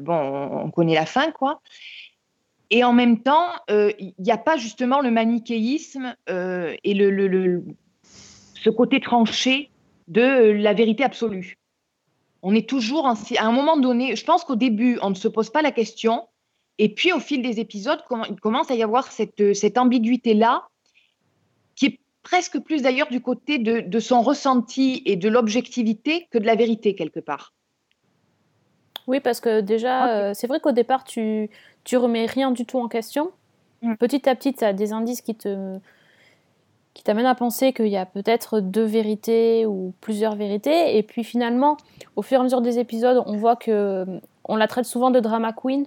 on connaît la fin, quoi. Et en même temps, il n'y a pas justement le manichéisme et ce côté tranché de la vérité absolue. On est toujours, à un moment donné, je pense qu'au début, on ne se pose pas la question, et puis au fil des épisodes, il commence à y avoir cette ambiguïté-là, qui est presque plus d'ailleurs du côté de son ressenti et de l'objectivité que de la vérité, quelque part. Oui, parce que déjà, c'est vrai qu'au départ, tu remets rien du tout en question. Petit à petit, tu as des indices qui t'amènent à penser qu'il y a peut-être 2 vérités ou plusieurs vérités. Et puis finalement, au fur et à mesure des épisodes, on voit qu'on la traite souvent de drama queen.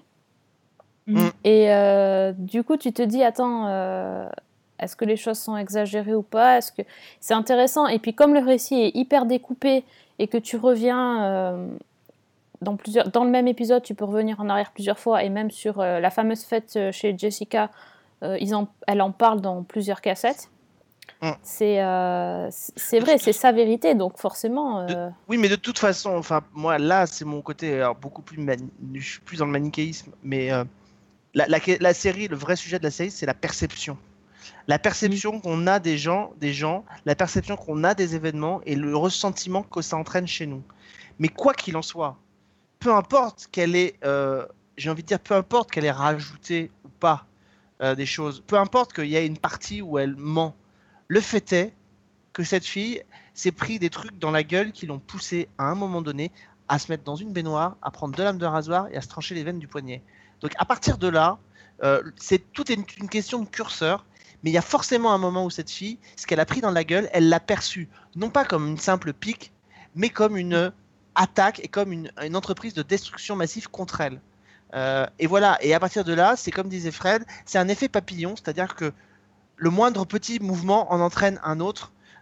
Et du coup, tu te dis, attends, est-ce que les choses sont exagérées ou pas? Est-ce que c'est intéressant? Et puis comme le récit est hyper découpé et que tu reviens... Dans le même épisode, tu peux revenir en arrière plusieurs fois, et même sur la fameuse fête chez Jessica, elle en parle dans plusieurs cassettes. C'est vrai, c'est sa vérité, donc forcément... Oui, mais de toute façon, moi, là, c'est mon côté beaucoup plus... je suis plus dans le manichéisme, mais la série, le vrai sujet de la série, c'est la perception. La perception qu'on a des gens, la perception qu'on a des événements, et le ressentiment que ça entraîne chez nous. Mais quoi qu'il en soit, peu importe qu'elle ait, peu importe qu'elle ait rajouté ou pas des choses, peu importe qu'il y ait une partie où elle ment, le fait est que cette fille s'est pris des trucs dans la gueule qui l'ont poussé à un moment donné à se mettre dans une baignoire, à prendre 2 lames de rasoir et à se trancher les veines du poignet. Donc à partir de là, tout est une question de curseur, mais il y a forcément un moment où cette fille, ce qu'elle a pris dans la gueule, elle l'a perçu, non pas comme une simple pique, mais comme une attaque et comme une entreprise de destruction massive contre elle. Et voilà, et à partir de là, c'est comme disait Fred, c'est un effet papillon, c'est-à-dire que le moindre petit mouvement en entraîne un autre,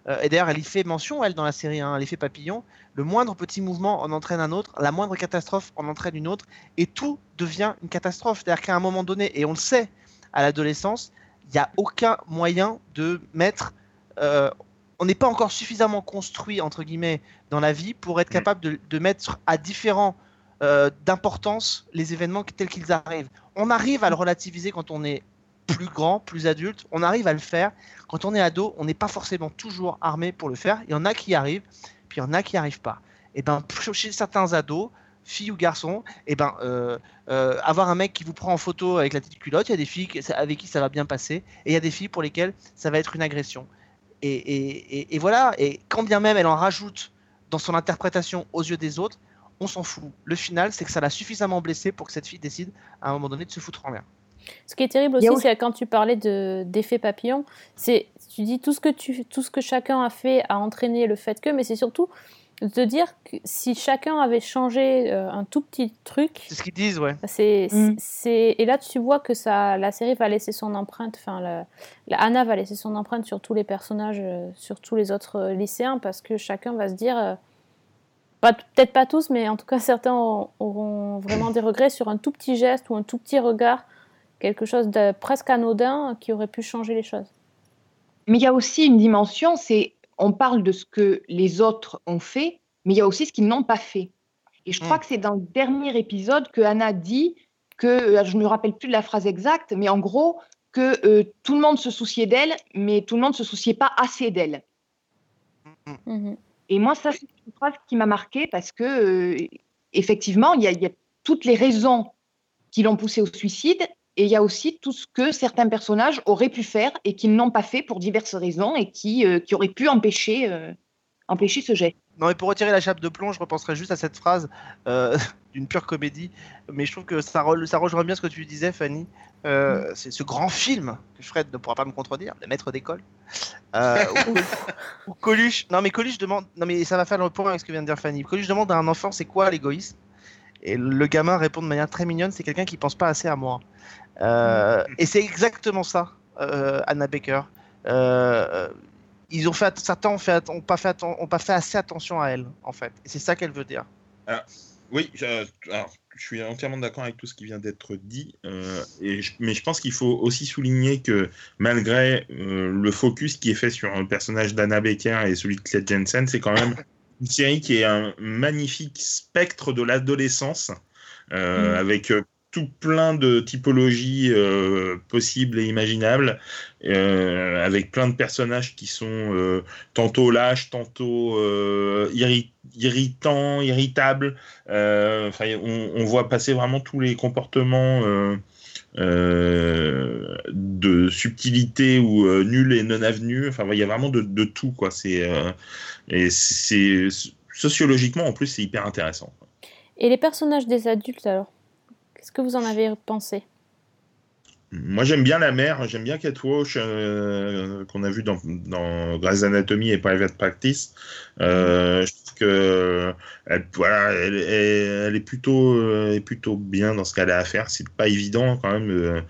Et d'ailleurs, elle y fait mention, elle, dans la série, hein, l'effet papillon. Le moindre petit mouvement en entraîne un autre, la moindre catastrophe en entraîne une autre, et tout devient une catastrophe. C'est-à-dire qu'à un moment donné, et on le sait, à l'adolescence, il n'y a aucun moyen de mettre... on n'est pas encore suffisamment construit, entre guillemets, dans la vie pour être capable de mettre à différents d'importance les événements tels qu'ils arrivent. On arrive à le relativiser quand on est plus grand, plus adulte, on arrive à le faire. Quand on est ado, on n'est pas forcément toujours armé pour le faire. Il y en a qui y arrivent, puis il y en a qui n'y arrivent pas. Et ben, chez certains ados, filles ou garçons, et ben, avoir un mec qui vous prend en photo avec la petite culotte, il y a des filles avec qui ça va bien passer, et il y a des filles pour lesquelles ça va être une agression. Et voilà, et quand bien même elle en rajoute dans son interprétation aux yeux des autres, on s'en fout. Le final, c'est que ça l'a suffisamment blessée pour que cette fille décide à un moment donné de se foutre en l'air. Ce qui est terrible aussi, c'est quand tu parlais d'effet papillon, c'est tu dis tout ce que chacun a fait a entraîné le fait que, mais c'est surtout de te dire que si chacun avait changé un tout petit truc, c'est ce qu'ils disent, ouais. Et là tu vois que la série va laisser son empreinte, enfin Anna va laisser son empreinte sur tous les personnages, sur tous les autres lycéens, parce que chacun va se dire, peut-être pas tous, mais en tout cas certains auront vraiment des regrets sur un tout petit geste ou un tout petit regard, quelque chose de presque anodin qui aurait pu changer les choses. Mais il y a aussi une dimension, on parle de ce que les autres ont fait, mais il y a aussi ce qu'ils n'ont pas fait. Et je crois que c'est dans le dernier épisode que Anna dit que, je ne me rappelle plus de la phrase exacte, mais en gros, que tout le monde se souciait d'elle, mais tout le monde ne se souciait pas assez d'elle. Et moi, ça, c'est une phrase qui m'a marquée parce que, effectivement, il y a toutes les raisons qui l'ont poussée au suicide. Et il y a aussi tout ce que certains personnages auraient pu faire et qu'ils n'ont pas fait pour diverses raisons et qui auraient pu empêcher ce geste. Non, mais pour retirer la chape de plomb, je repenserai juste à cette phrase d'une pure comédie. Mais je trouve que ça rejoint bien ce que tu disais, Fanny. C'est ce grand film que Fred ne pourra pas me contredire, Le Maître d'école. Où Coluche... Non, mais Coluche demande... Non, mais ça va faire le point avec ce que vient de dire Fanny. Coluche demande à un enfant, c'est quoi l'égoïsme ? Et le gamin répond de manière très mignonne, c'est quelqu'un qui pense pas assez à moi. Et c'est exactement ça, Anna Baker. Ils ont fait, certains ont pas fait assez attention à elle, en fait. Et c'est ça qu'elle veut dire. Oui, je suis entièrement d'accord avec tout ce qui vient d'être dit. Mais je pense qu'il faut aussi souligner que malgré le focus qui est fait sur un personnage d'Anna Baker et celui de Clett Jensen, c'est quand même une série qui est un magnifique spectre de l'adolescence, avec tout plein de typologies possibles et imaginables, avec plein de personnages qui sont tantôt lâches, tantôt irritants, irritables. On voit passer vraiment tous les comportements de subtilité ou nuls et non avenus. Enfin, il y a vraiment de tout, quoi. Et c'est sociologiquement, en plus, c'est hyper intéressant. Et les personnages des adultes, alors, qu'est-ce que vous en avez pensé ? Moi, j'aime bien la mère, j'aime bien Kate Walsh, qu'on a vu dans Grey's Anatomy et Private Practice. Je trouve que elle est plutôt bien dans ce qu'elle a à faire. C'est pas évident quand même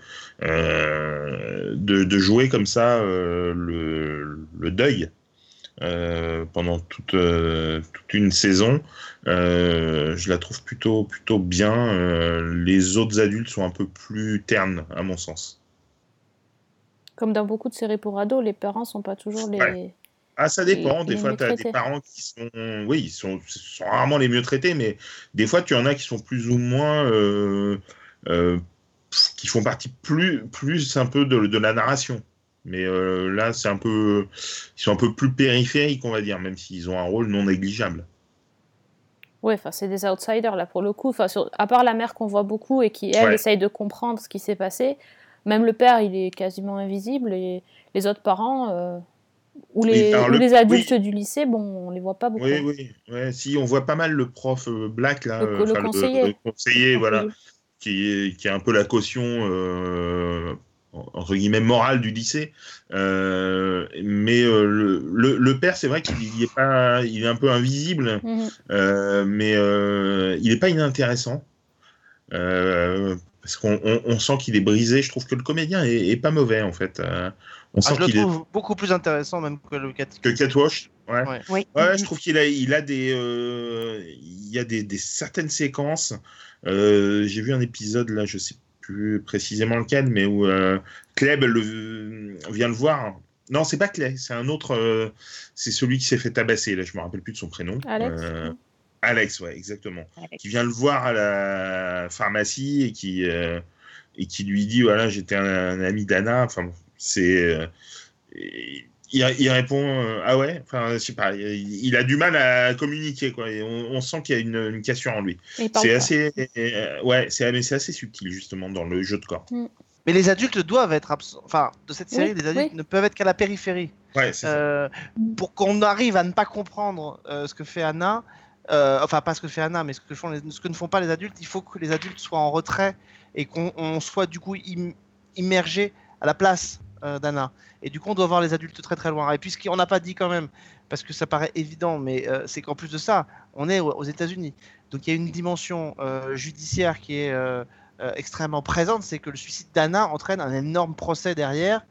de jouer comme ça le deuil. Pendant toute une saison, je la trouve plutôt bien. Les autres adultes sont un peu plus ternes, à mon sens. Comme dans beaucoup de séries pour ados, les parents sont pas toujours les... Ouais. Ah, ça dépend. Des fois, tu as des parents qui sont... Oui, ils sont rarement les mieux traités, mais des fois, tu en as qui sont plus ou moins... qui font partie plus un peu de la narration. Mais là, ils sont un peu plus périphériques, on va dire, même s'ils ont un rôle non négligeable. Oui, c'est des outsiders, là, pour le coup. À part la mère qu'on voit beaucoup et qui, elle, essaye de comprendre ce qui s'est passé, même le père, il est quasiment invisible, et les autres parents, ou les adultes du lycée, bon, on les voit pas beaucoup. Oui. Si, on voit pas mal le prof Black, là, le conseiller. Le conseiller, voilà, qui est un peu la caution... entre guillemets morale du lycée, mais le père, c'est vrai qu'il est un peu invisible, mais il est pas inintéressant, parce qu'on sent qu'il est brisé. Je trouve que le comédien est pas mauvais en fait. On sent je le qu'il est trouve beaucoup plus intéressant même que le Catwash. Ouais. Ouais. Oui. Ouais, je trouve qu'il a il a des il y a des certaines séquences. J'ai vu un épisode là, je sais plus précisément lequel, mais où Kleb vient le voir. Non, c'est pas Clay, c'est un autre. C'est celui qui s'est fait tabasser. Là, je me rappelle plus de son prénom. Alex. Alex, ouais, exactement. Alex. Qui vient le voir à la pharmacie et qui lui dit voilà, j'étais un ami d'Anna. Enfin, bon, c'est. Il répond ah ouais. Enfin, je sais pas. Il a du mal à communiquer quoi. Et on sent qu'il y a une cassure en lui. C'est assez. Mais c'est assez subtil justement dans le jeu de corps. Mais les adultes doivent être absents. Enfin, de cette série, les adultes ne peuvent être qu'à la périphérie. Ouais, c'est ça. Pour qu'on arrive à ne pas comprendre ce que fait Anna, enfin pas ce que fait Anna, mais ce que ne font pas les adultes, il faut que les adultes soient en retrait et qu'on soit du coup immergé à la place d'Anna. Et du coup, on doit voir les adultes très très loin. Et puis, ce qu'on n'a pas dit quand même, parce que ça paraît évident, mais c'est qu'en plus de ça, on est aux États-Unis. Donc, il y a une dimension judiciaire qui est extrêmement présente, c'est que le suicide d'Anna entraîne un énorme procès derrière.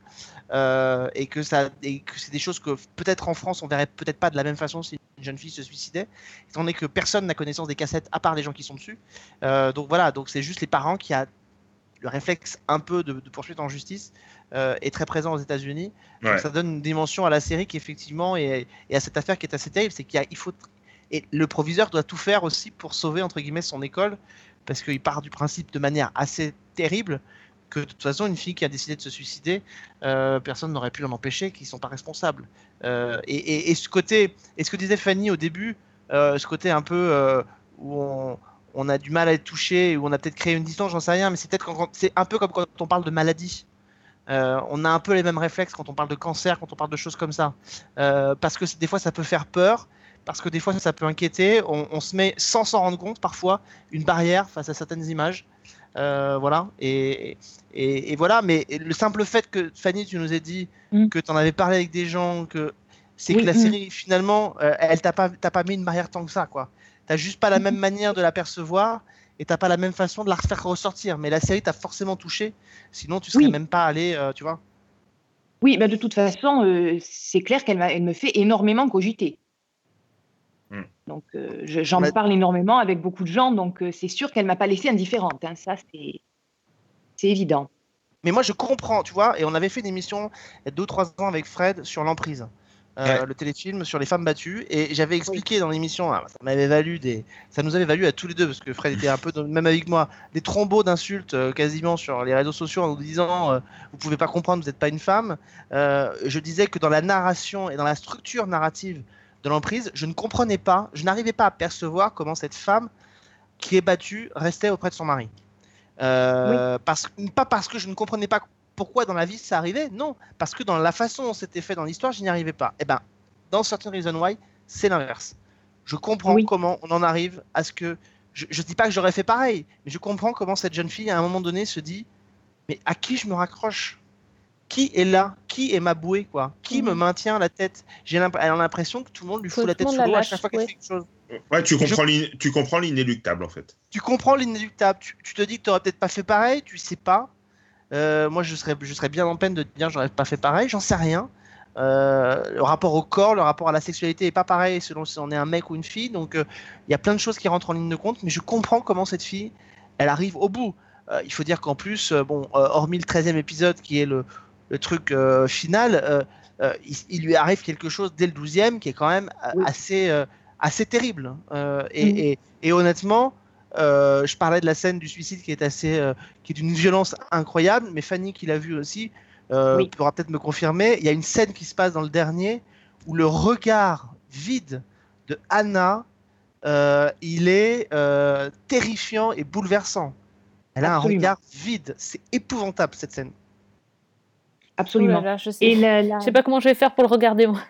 Et que c'est des choses que peut-être en France on verrait peut-être pas de la même façon si une jeune fille se suicidait, étant donné que personne n'a connaissance des cassettes à part les gens qui sont dessus. Donc voilà, donc c'est juste les parents qui a le réflexe un peu de poursuite en justice est très présent aux États-Unis. Ouais. Donc ça donne une dimension à la série qui effectivement et à cette affaire qui est assez terrible, c'est qu'il faut et le proviseur doit tout faire aussi pour sauver entre guillemets son école parce qu'il part du principe de manière assez terrible que de toute façon, une fille qui a décidé de se suicider, personne n'aurait pu l'en empêcher, qu'ils ne sont pas responsables. Et ce côté, et ce que disait Fanny au début, ce côté un peu où on a du mal à être touché, où on a peut-être créé une distance, j'en sais rien, mais c'est peut-être c'est un peu comme quand on parle de maladie. On a un peu les mêmes réflexes quand on parle de cancer, quand on parle de choses comme ça. Parce que des fois, ça peut faire peur, parce que des fois, ça peut inquiéter. On se met, sans s'en rendre compte, parfois, une barrière face à certaines images. Voilà, et voilà, mais le simple fait que Fanny, tu nous as dit que tu en avais parlé avec des gens, c'est que la série finalement, elle t'as pas mis une barrière tant que ça, quoi. T'as juste pas la même manière de la percevoir et t'as pas la même façon de la faire ressortir, mais la série t'a forcément touché, sinon tu serais même pas allé, tu vois. Oui, bah de toute façon, c'est clair qu'elle me fait énormément cogiter. Donc, j'en parle énormément avec beaucoup de gens, donc c'est sûr qu'elle ne m'a pas laissée indifférente. Hein, ça, c'est évident. Mais moi, je comprends, tu vois, et on avait fait une émission il y a 2 ou 3 ans avec Fred sur l'emprise, le téléfilm sur les femmes battues, et j'avais expliqué dans l'émission, ça nous avait valu à tous les deux, parce que Fred était un peu, même avec moi, des trombos d'insultes quasiment sur les réseaux sociaux en nous disant vous pouvez pas comprendre, vous n'êtes pas une femme. Je disais que dans la narration et dans la structure narrative de l'emprise, je ne comprenais pas, je n'arrivais pas à percevoir comment cette femme qui est battue restait auprès de son mari. Pas parce que je ne comprenais pas pourquoi dans la vie ça arrivait, non, parce que dans la façon dont c'était fait dans l'histoire, je n'y arrivais pas. Et ben, dans Certain Reason Why, c'est l'inverse. Je comprends comment on en arrive à ce que... Je ne dis pas que j'aurais fait pareil, mais je comprends comment cette jeune fille, à un moment donné, se dit « Mais à qui je me raccroche ? Qui est là ? Qui est ma bouée, quoi ? Qui me maintient la tête ?» Elle a l'impression que tout le monde lui fout la tête sous l'eau à chaque fois qu'elle fait quelque chose. Ouais, tu comprends l'inéluctable, en fait. Tu comprends l'inéluctable. Tu te dis que tu n'aurais peut-être pas fait pareil, tu sais pas. Moi, je serais bien en peine de te dire j'aurais pas fait pareil, j'en sais rien. Le rapport au corps, le rapport à la sexualité est pas pareil selon si on est un mec ou une fille. Donc, il y a plein de choses qui rentrent en ligne de compte, mais je comprends comment cette fille, elle arrive au bout. Il faut dire qu'en plus, hormis le 13e épisode qui est le truc final, il lui arrive quelque chose dès le 12e qui est quand même assez terrible. Et honnêtement, je parlais de la scène du suicide qui est d'une violence incroyable, mais Fanny qui l'a vu aussi pourra peut-être me confirmer. Il y a une scène qui se passe dans le dernier où le regard vide de Anna, il est terrifiant et bouleversant. Elle a un regard vide, c'est épouvantable cette scène. Absolument. Là, je sais pas comment je vais faire pour le regarder, moi.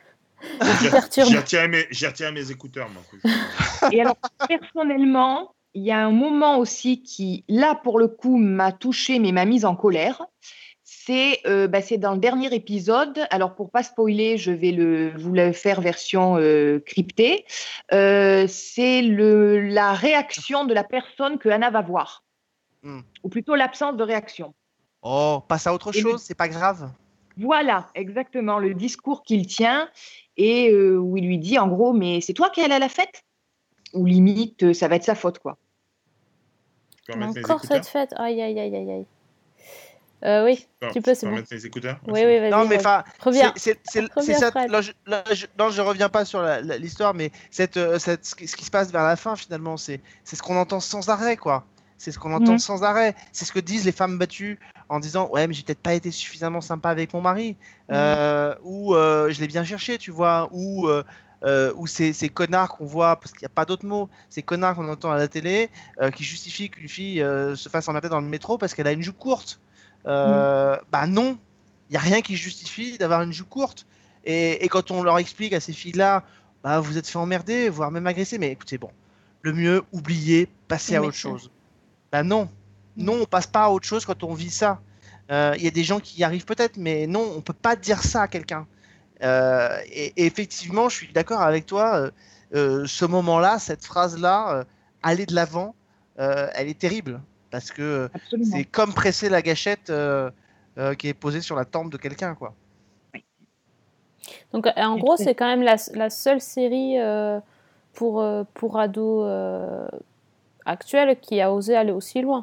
J'ai retiré mes écouteurs, moi. Et alors, personnellement, il y a un moment aussi qui, là, pour le coup, m'a touchée, mais m'a mise en colère. C'est dans le dernier épisode. Alors, pour pas spoiler, je vais vous le faire version cryptée. C'est la réaction de la personne que Anna va voir. ou plutôt l'absence de réaction. Oh, passe à autre chose, c'est pas grave. Voilà, exactement, le discours qu'il tient et où il lui dit en gros, mais c'est toi qui es à la fête? Ou limite, ça va être sa faute, quoi. Tu peux remettre les Encore écouteurs cette fête. Aïe, aïe, aïe, aïe, aïe. Oui, Non, tu peux, c'est peux bon. remettre les écouteurs Oui, oui, vas-y. Non, mais enfin, reviens. c'est Reviens, ça. Fred. Non, je reviens pas sur l'histoire, mais ce qui se passe vers la fin, finalement, c'est ce qu'on entend sans arrêt, quoi. C'est ce qu'on entend sans arrêt. C'est ce que disent les femmes battues en disant ouais, mais j'ai peut-être pas été suffisamment sympa avec mon mari, ou je l'ai bien cherché, tu vois, ou ces connards qu'on voit, parce qu'il n'y a pas d'autre mot, ces connards qu'on entend à la télé qui justifient qu'une fille se fasse emmerder dans le métro parce qu'elle a une joue courte. Bah non, il n'y a rien qui justifie d'avoir une joue courte. Et quand on leur explique à ces filles-là, bah vous êtes fait emmerder, voire même agresser, mais écoutez, bon, le mieux, oubliez, passez à autre chose. Bah non, on passe pas à autre chose quand on vit ça. Il y a des gens qui y arrivent peut-être, mais non, on peut pas dire ça à quelqu'un. Et effectivement, je suis d'accord avec toi, ce moment-là, cette phrase-là, aller de l'avant, elle est terrible. Parce que c'est comme presser la gâchette qui est posée sur la tempe de quelqu'un, quoi. Donc, en gros, c'est quand même la seule série pour ados actuelle qui a osé aller aussi loin.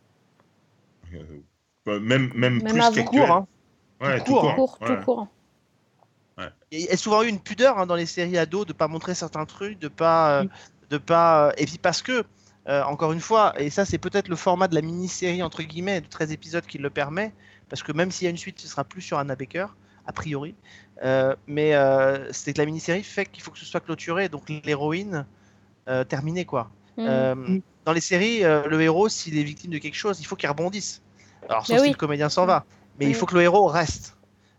Même plus avant. qu'actuelle. Hein. Ouais, tout court. Ouais. Il y a souvent eu une pudeur dans les séries ados de pas montrer certains trucs, de pas. Et puis parce que. Encore une fois, et ça c'est peut-être le format de la mini-série entre guillemets de 13 épisodes qui le permet, parce que même s'il y a une suite, ce sera plus sur Anna Baker, a priori, mais c'est que la mini-série fait qu'il faut que ce soit clôturé, donc l'héroïne terminée, quoi. Dans les séries, le héros, s'il est victime de quelque chose, il faut qu'il rebondisse. Alors sauf si le comédien s'en va, mais il faut que le héros reste.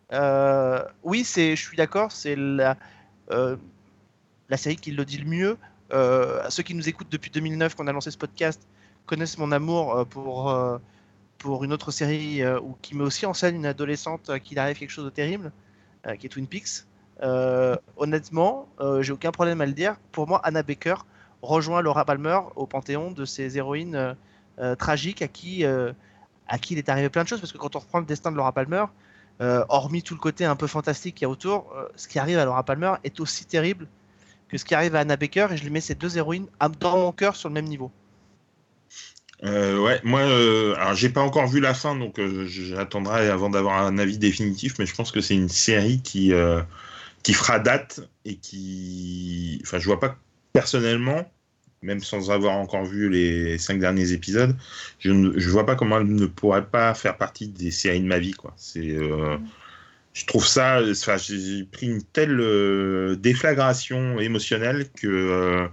Oui, je suis d'accord, c'est la série qui le dit le mieux. Ceux qui nous écoutent depuis 2009, qu'on a lancé ce podcast, connaissent mon amour pour une autre série qui met aussi en scène une adolescente à qui il arrive quelque chose de terrible, qui est Twin Peaks. Honnêtement, j'ai aucun problème à le dire. Pour moi, Anna Baker rejoint Laura Palmer au panthéon de ces héroïnes tragiques à qui il est arrivé plein de choses, parce que quand on reprend le destin de Laura Palmer, hormis tout le côté un peu fantastique qu'il y a autour, ce qui arrive à Laura Palmer est aussi terrible que ce qui arrive à Anna Baker, et je lui mets ces deux héroïnes dans mon cœur sur le même niveau. Ouais, moi, alors j'ai pas encore vu la fin, donc j'attendrai avant d'avoir un avis définitif, mais je pense que c'est une série qui fera date et qui, enfin, je vois pas personnellement, même sans avoir encore vu les 5 derniers épisodes, je vois pas comment elle ne pourrait pas faire partie des séries de ma vie, quoi. Je trouve ça, enfin, j'ai pris une telle déflagration émotionnelle que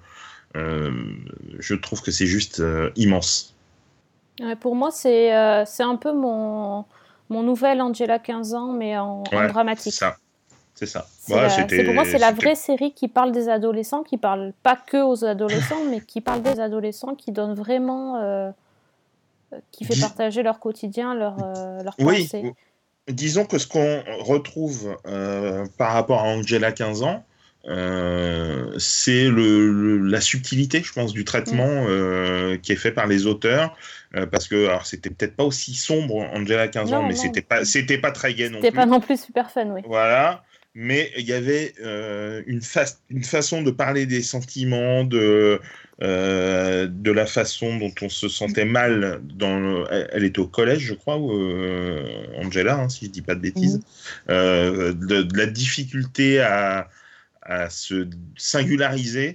je trouve que c'est juste immense. Ouais, pour moi, c'est un peu mon nouvel Angela 15 ans, mais en dramatique. C'est ça. Pour moi, c'est la vraie série qui parle des adolescents, qui parle pas que aux adolescents, mais qui parle des adolescents, qui donne vraiment, qui fait partager leur quotidien, leur pensée. Disons que ce qu'on retrouve par rapport à Angela 15 ans, c'est la subtilité, je pense, du traitement qui est fait par les auteurs, parce que alors c'était peut-être pas aussi sombre Angela 15 ans, mais c'était pas très gai non plus. C'était pas non plus super fun, oui. Voilà, mais il y avait une façon de parler des sentiments, de la façon dont on se sentait mal. Elle était au collège, je crois, Angela, si je dis pas de bêtises, de la difficulté à se singulariser,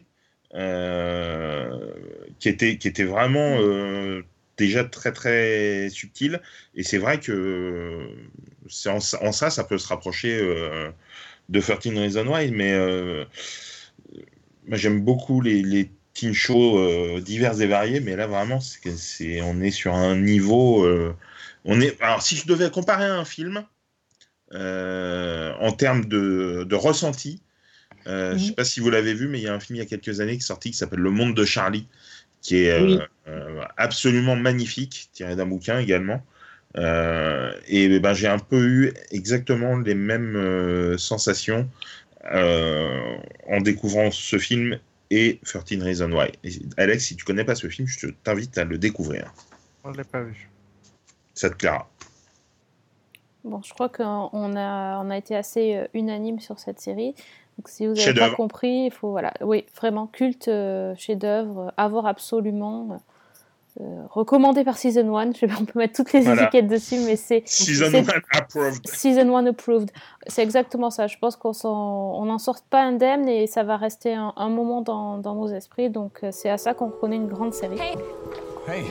qui était vraiment déjà très très subtil, et c'est vrai que en ça peut se rapprocher de 13 Reasons Why, mais moi j'aime beaucoup les teen shows divers et variés, mais là vraiment on est sur un niveau alors si je devais comparer à un film en termes de ressenti, je sais pas si vous l'avez vu, mais il y a un film il y a quelques années qui est sorti qui s'appelle Le Monde de Charlie, qui est absolument magnifique, tiré d'un bouquin également. Et j'ai un peu eu exactement les mêmes sensations en découvrant ce film et 13 Reasons Why. Et Alex, si tu connais pas ce film, je t'invite à le découvrir. Je l'ai pas vu. Ça te plaira. Bon, je crois qu'on a été assez unanime sur cette série. Donc, si vous n'avez pas Chef-d'œuvre. compris, il faut, voilà, oui, vraiment culte, chef-d'œuvre, à voir absolument. Recommandé par Season 1. On peut mettre toutes les étiquettes dessus, mais c'est Season 1 approved. Season 1 approved. C'est exactement ça. Je pense on n'en sort pas indemne et ça va rester un moment dans nos esprits. Donc, c'est à ça qu'on reconnaît une grande série. Hey.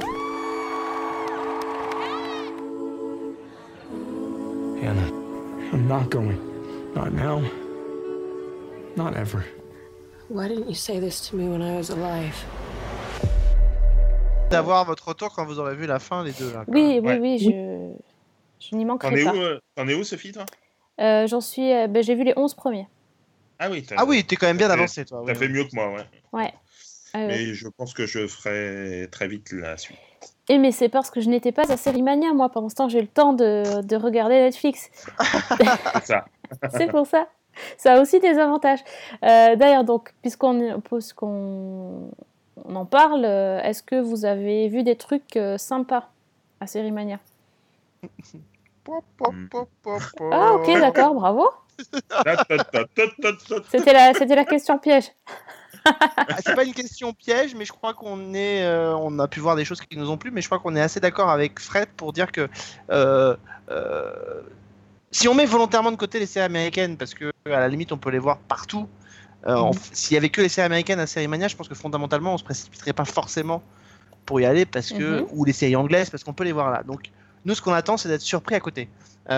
Hannah, I'm not going. Not now. Not ever. Why didn't you say this to me when I was alive? D'avoir votre retour quand vous aurez vu la fin, les deux. Là, oui, Ouais. je n'y manquerai pas. T'en es où, Sophie, toi? J'en suis. J'ai vu les 11 premiers. Ah oui, t'es quand même bien avancé, toi. T'as fait mieux que moi, ouais. Ouais. Mais je pense que je ferai très vite la suite. Et mais c'est parce que je n'étais pas à Sérimania, moi. Pendant ce temps, j'ai eu le temps de regarder Netflix. C'est ça. C'est pour ça. Ça a aussi des avantages. D'ailleurs, donc, puisqu'on en parle, est-ce que vous avez vu des trucs sympas à Sérimania? Ah, ok, d'accord, bravo. C'était la question piège. C'est pas une question piège, mais je crois on a pu voir des choses qui nous ont plu, mais je crois qu'on est assez d'accord avec Fred pour dire que si on met volontairement de côté les séries américaines, parce que à la limite on peut les voir partout, s'il y avait que les séries américaines à Sérimania, je pense que fondamentalement on se précipiterait pas forcément pour y aller, parce que ou les séries anglaises, parce qu'on peut les voir là. Donc nous, ce qu'on attend, c'est d'être surpris à côté.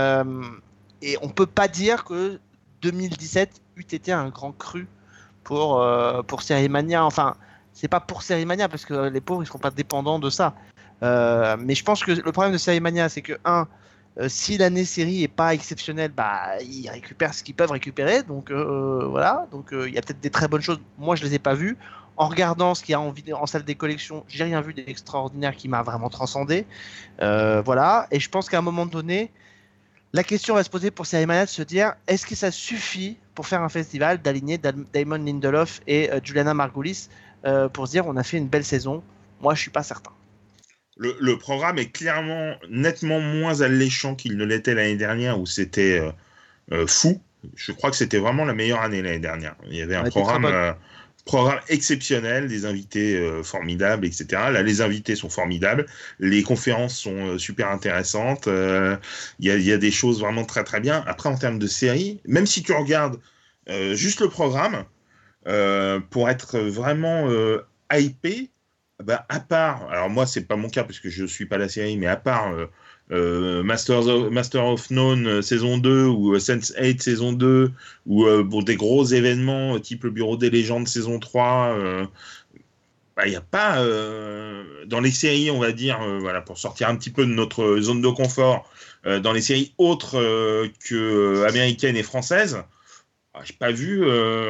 Et on peut pas dire que 2017 eût été un grand cru pour Sérimania. Enfin, c'est pas pour Sérimania, parce que les pauvres, ils seront pas dépendants de ça. Mais je pense que le problème de Sérimania, c'est que, si l'année série est pas exceptionnelle, ils récupèrent ce qu'ils peuvent récupérer. Donc, voilà. Donc, il y a peut-être des très bonnes choses. Moi, je les ai pas vues. En regardant ce qu'il y a en salle des collections, j'ai rien vu d'extraordinaire qui m'a vraiment transcendé. Voilà. Et je pense qu'à un moment donné, la question va se poser pour Sérimania de se dire, est-ce que ça suffit pour faire un festival d'aligner Damon Lindelof et Juliana Margulies pour se dire on a fait une belle saison? Moi, je suis pas certain. Le programme est clairement, nettement moins alléchant qu'il ne l'était l'année dernière, où c'était fou. Je crois que c'était vraiment la meilleure année l'année dernière. Il y avait un programme exceptionnel, des invités formidables, etc. Là, les invités sont formidables, les conférences sont super intéressantes, il y a des choses vraiment très très bien. Après, en termes de série, même si tu regardes juste le programme, pour être vraiment hypé, à part, alors moi c'est pas mon cas parce que je suis pas la série, mais à part Master of None saison 2 ou Sense8 saison 2 ou pour des gros événements type le Bureau des légendes saison 3, il n'y a pas dans les séries, on va dire, voilà, pour sortir un petit peu de notre zone de confort, dans les séries autres que américaines et françaises, j'ai pas vu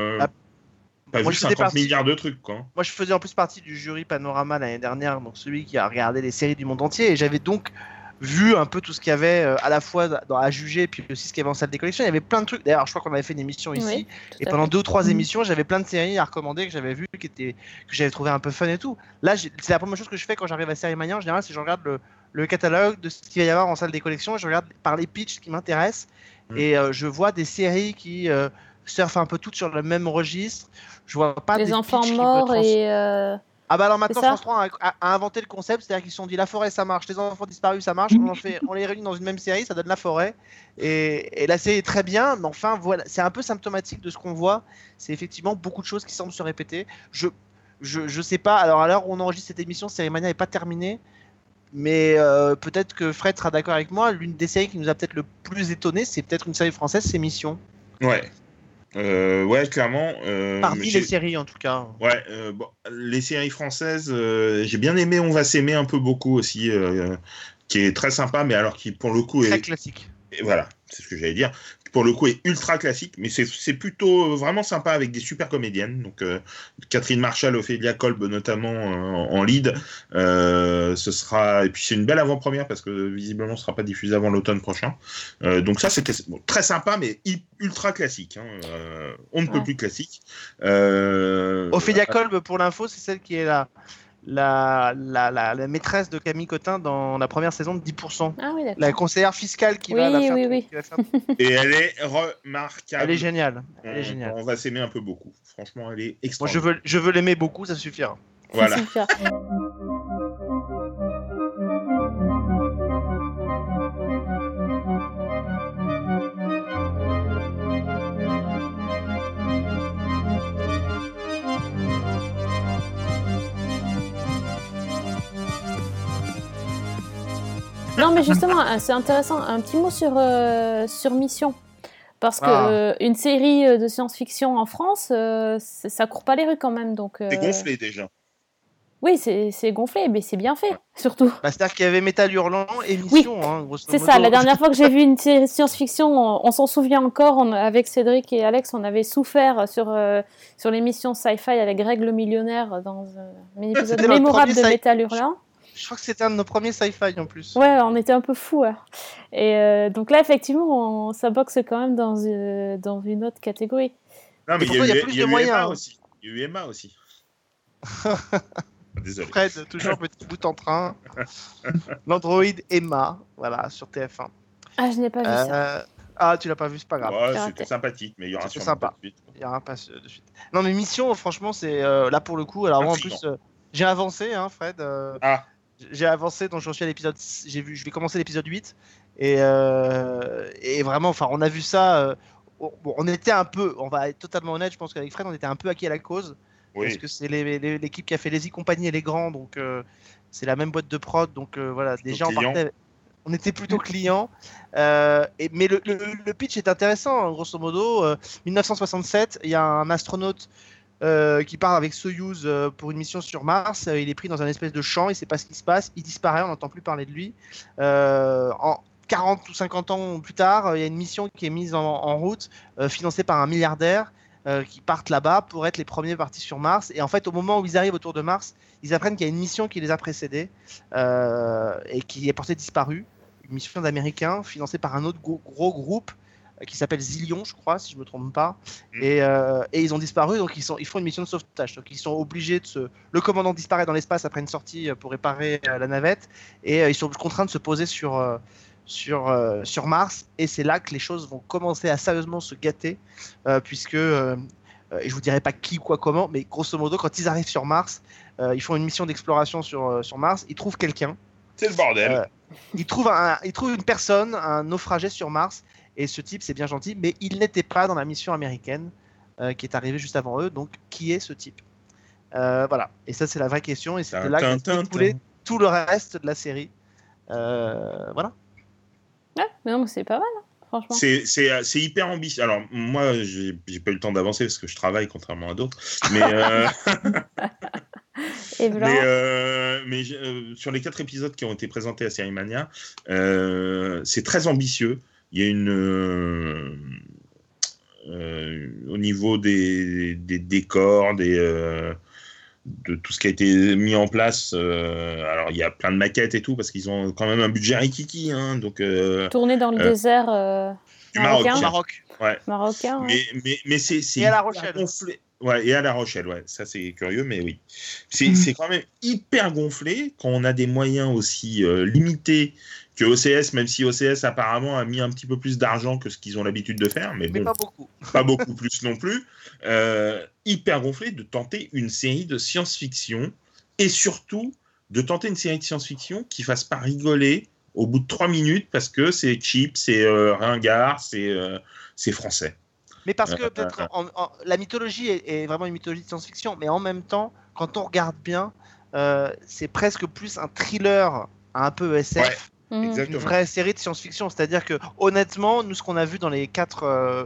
Moi, vu 50 milliards de trucs, quoi. Moi, je faisais en plus partie du jury Panorama l'année dernière, donc celui qui a regardé les séries du monde entier, et j'avais donc vu un peu tout ce qu'il y avait à la fois à juger, puis aussi ce qu'il y avait en salle des collections. Il y avait plein de trucs. D'ailleurs, je crois qu'on avait fait une émission ici, et pendant 2 ou 3 émissions, j'avais plein de séries à recommander que j'avais vues, que j'avais trouvé un peu fun et tout. Là, c'est la première chose que je fais quand j'arrive à Sérimania, en général, c'est que je regarde le catalogue de ce qu'il va y avoir en salle des collections, et je regarde par les pitchs qui m'intéressent, et je vois des séries qui surfent un peu toutes sur le même registre. Je vois pas les des enfants morts et alors maintenant France 3 a inventé le concept, c'est-à-dire qu'ils se sont dit la forêt ça marche, les enfants disparus ça marche, on les réunit dans une même série, ça donne la forêt, et la série est très bien, mais enfin voilà, c'est un peu symptomatique de ce qu'on voit, c'est effectivement beaucoup de choses qui semblent se répéter. Je sais pas, alors à l'heure où on enregistre cette émission, Sérimania n'est pas terminée, mais peut-être que Fred sera d'accord avec moi, l'une des séries qui nous a peut-être le plus étonné, c'est peut-être une série française, c'est Mission. Ouais, clairement. Parmi les séries, en tout cas. Ouais, les séries françaises, j'ai bien aimé On va s'aimer un peu beaucoup aussi, qui est très sympa, mais alors qui, pour le coup, très classique. Et voilà, c'est ce que j'allais dire. Pour le coup, est ultra classique, mais c'est plutôt vraiment sympa avec des super comédiennes. Donc, Catherine Marshall, Ophélia Kolb notamment en lead. Ce sera, et puis c'est une belle avant-première parce que visiblement, ce sera pas diffusé avant l'automne prochain. Donc ça, c'était très sympa, mais ultra classique. On ne peut plus classique. Ophélia Kolb, pour l'info, c'est celle qui est la maîtresse de Camille Cotin dans la première saison de 10%. Ah oui, d'accord. La conseillère fiscale qui va Oui, la faire. oui. qui va faire- Et elle est remarquable. Elle est géniale. Elle est géniale. On va s'aimer un peu beaucoup. Franchement, elle est Moi, extraordinaire. je veux l'aimer beaucoup, ça suffira. Voilà. Super. Non, mais justement, c'est intéressant. Un petit mot sur Mission. Parce que une série de science-fiction en France, ça court pas les rues quand même. Donc, C'est gonflé déjà. Oui, c'est gonflé, mais c'est bien fait, surtout. Bah, c'est-à-dire qu'il y avait Métal Hurlant et Mission, grosso C'est modo. ça, la dernière fois que j'ai vu une série de science-fiction, on s'en souvient encore, avec Cédric et Alex, on avait souffert sur l'émission Sci-Fi avec Greg le millionnaire dans un épisode C'était mémorable de notre premier Métal Hurlant. Je crois que c'était un de nos premiers sci-fi en plus. Ouais, on était un peu fous. Ouais. Et donc là, effectivement, ça boxe quand même dans une autre catégorie. Non, mais il y a eu Emma aussi. Il y a eu Emma aussi. Désolé. Fred, toujours petit bout en train. L'Android Emma, voilà, sur TF1. Ah, je n'ai pas vu ça. Ah, tu l'as pas vu, c'est pas grave. Ouais, c'était sympathique, mais il y aura sûrement pas de suite. Il y aura pas de suite. Non, mais Mission, franchement, c'est là pour le coup. Alors, moi, en plus, j'ai avancé, Fred. J'ai avancé, donc j'en suis à l'épisode. Je vais commencer l'épisode 8. Et vraiment, enfin, on a vu ça. On était un peu, on va être totalement honnête, je pense qu'avec Fred, on était un peu acquis à la cause. Oui. Parce que c'est l'équipe qui a fait Les Compagnie et Les Grands, donc c'est la même boîte de prod, donc voilà, déjà on était plutôt clients. Mais le pitch est intéressant, grosso modo. 1967, il y a un astronaute qui part avec Soyouz pour une mission sur Mars. Il est pris dans un espèce de champ, il ne sait pas ce qui se passe, il disparaît, on n'entend plus parler de lui. En 40 ou 50 ans plus tard, il y a une mission qui est mise en route, financée par un milliardaire. Qui partent là-bas pour être les premiers partis sur Mars. Et en fait, au moment où ils arrivent autour de Mars, ils apprennent qu'il y a une mission qui les a précédés et qui est portée disparue. Une mission d'Américains financée par un autre gros groupe qui s'appelle Zillion, je crois, si je ne me trompe pas. Et ils ont disparu, donc ils font une mission de sauvetage. Donc ils sont obligés le commandant disparaît dans l'espace après une sortie pour réparer la navette. Et ils sont contraints de se poser sur Mars, et c'est là que les choses vont commencer à sérieusement se gâter, puisque, et je vous dirai pas qui, quoi, comment, mais grosso modo, quand ils arrivent sur Mars, ils font une mission d'exploration sur Mars, ils trouvent quelqu'un. C'est le bordel. Ils trouvent une personne, un naufragé sur Mars, et ce type, c'est bien gentil, mais il n'était pas dans la mission américaine qui est arrivée juste avant eux, donc qui est ce type voilà, et ça c'est la vraie question, et c'était là que voulait tout le reste de la série. Voilà. Ouais, mais non, c'est pas mal, franchement. C'est hyper ambitieux. Alors, moi, j'ai pas eu le temps d'avancer parce que je travaille, contrairement à d'autres. Mais, mais sur les 4 épisodes qui ont été présentés à Série Mania, c'est très ambitieux. Il y a au niveau des décors, de tout ce qui a été mis en place. Alors, il y a plein de maquettes et tout, parce qu'ils ont quand même un budget rikiki. Donc, tourné dans le désert du Maroc. Ouais. Marocain. Ouais. Mais c'est et à La Rochelle. Gonflé. Ouais, et à La Rochelle, ouais. Ça, c'est curieux, mais oui. C'est quand même hyper gonflé quand on a des moyens aussi limités que OCS, même si OCS apparemment a mis un petit peu plus d'argent que ce qu'ils ont l'habitude de faire, mais bon, pas beaucoup. Pas beaucoup plus non plus. Hyper gonflé de tenter une série de science-fiction, et surtout de tenter une série de science-fiction qui fasse pas rigoler au bout de 3 minutes parce que c'est cheap, c'est ringard, c'est français. Mais parce que peut-être la mythologie est vraiment une mythologie de science-fiction, mais en même temps, quand on regarde bien, c'est presque plus un thriller un peu SF. Ouais. Exactement. Une vraie série de science-fiction, c'est-à-dire que honnêtement, nous ce qu'on a vu dans les 4,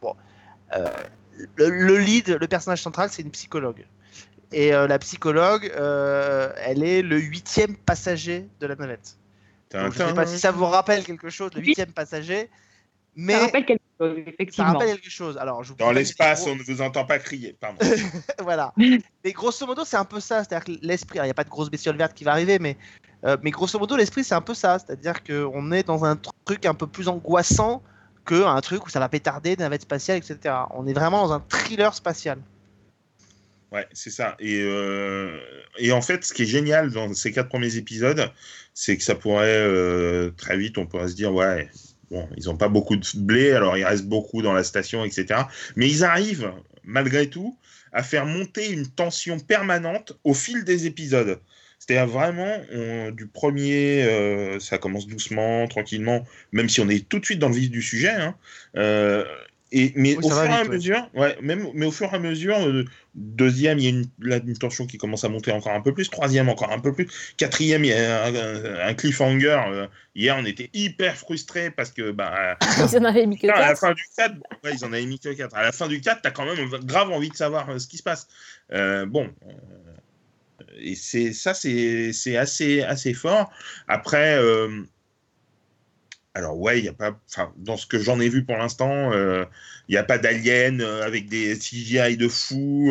le lead, le personnage central, c'est une psychologue, et la psychologue, elle est le 8e passager de la navette. Donc, je ne sais pas si ça vous rappelle quelque chose, le 8e passager, mais ça rappelle quelque chose, effectivement. Ça rappelle quelque chose. Alors, dans l'espace, on ne vous entend pas crier, pardon. Voilà. Mais grosso modo, c'est un peu ça, c'est-à-dire que l'esprit, il n'y a pas de grosse bestiole verte qui va arriver, mais grosso modo, l'esprit, c'est un peu ça. C'est-à-dire qu'on est dans un truc un peu plus angoissant qu'un truc où ça va pétarder, des navettes spatiales, etc. On est vraiment dans un thriller spatial. Ouais, c'est ça. Et en fait, ce qui est génial dans ces 4 premiers épisodes, c'est que ça pourrait très vite, on pourrait se dire, ouais, bon, ils n'ont pas beaucoup de blé, alors il reste beaucoup dans la station, etc. Mais ils arrivent, malgré tout, à faire monter une tension permanente au fil des épisodes. C'est-à-dire vraiment, du premier, ça commence doucement, tranquillement, même si on est tout de suite dans le vif du sujet, hein, mais au fur et à mesure, mais au fur et à mesure, deuxième, il y a une tension qui commence à monter encore un peu plus, troisième encore un peu plus, quatrième, il y a un cliffhanger. Hier, on était hyper frustrés parce que ils en avaient mis que 4. À la fin du 4, ils en avaient mis que 4. À la fin du 4, t'as quand même grave envie de savoir ce qui se passe. Et c'est assez fort. Après. Alors ouais, il y a pas, dans ce que j'en ai vu pour l'instant, il n'y a pas d'aliens avec des CGI de fou,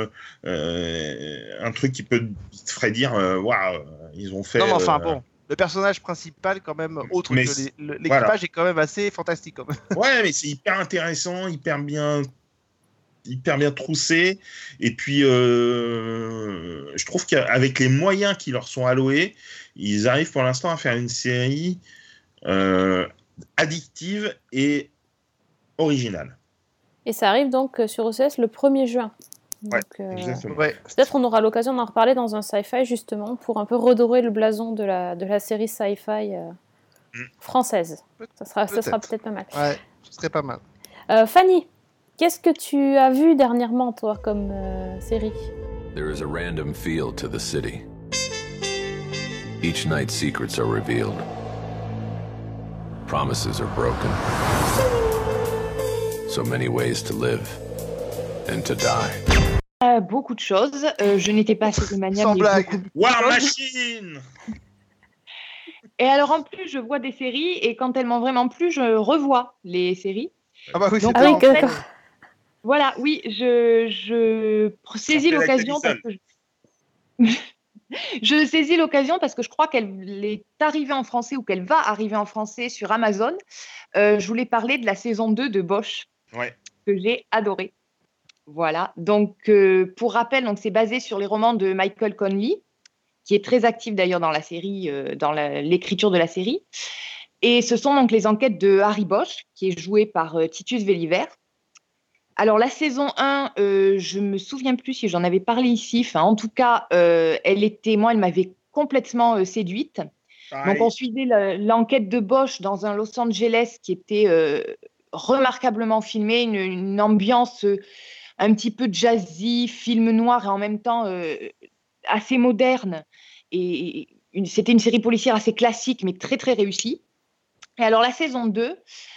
un truc qui te ferait dire, waouh, ils ont fait. Non, mais enfin bon, le personnage principal quand même, autre que l'équipage, est quand même assez fantastique quand même. Ouais, mais c'est hyper intéressant, hyper bien troussé, et puis je trouve qu'avec les moyens qui leur sont alloués, ils arrivent pour l'instant à faire une série addictive et originale. Et ça arrive donc sur OCS le 1er juin. Donc, exactement. Peut-être on aura l'occasion d'en reparler dans un sci-fi justement pour un peu redorer le blason de la série sci-fi française. Ça sera peut-être pas mal. Ouais, ce serait pas mal. Fanny, qu'est-ce que tu as vu dernièrement toi comme série? There is a random feel to the city. Each night secrets are revealed. Promises are broken. So many ways to live and to die. Beaucoup de choses. Je n'étais pas assez maniaque. Sans blague. War Machine. Et alors en plus, je vois des séries et quand elles m'ont vraiment plu, je revois les séries. Ah bah oui, donc, c'est en fait, voilà, oui, je saisis l'occasion parce que je saisis l'occasion parce que je crois qu'elle est arrivée en français ou qu'elle va arriver en français sur Amazon. Je voulais parler de la saison 2 de Bosch, que j'ai adoré. Voilà, donc pour rappel, donc, c'est basé sur les romans de Michael Connelly, qui est très actif d'ailleurs dans la série, dans l'écriture de la série. Et ce sont donc les enquêtes de Harry Bosch, qui est joué par Titus Welliver. Alors, la saison 1, je ne me souviens plus si j'en avais parlé ici. Enfin, en tout cas, elle m'avait complètement séduite. Pareil. Donc, on suivait l'enquête de Bosch dans un Los Angeles qui était remarquablement filmé, une ambiance un petit peu jazzy, film noir et en même temps assez moderne. Et c'était une série policière assez classique, mais très, très réussie. Et alors, la saison 2...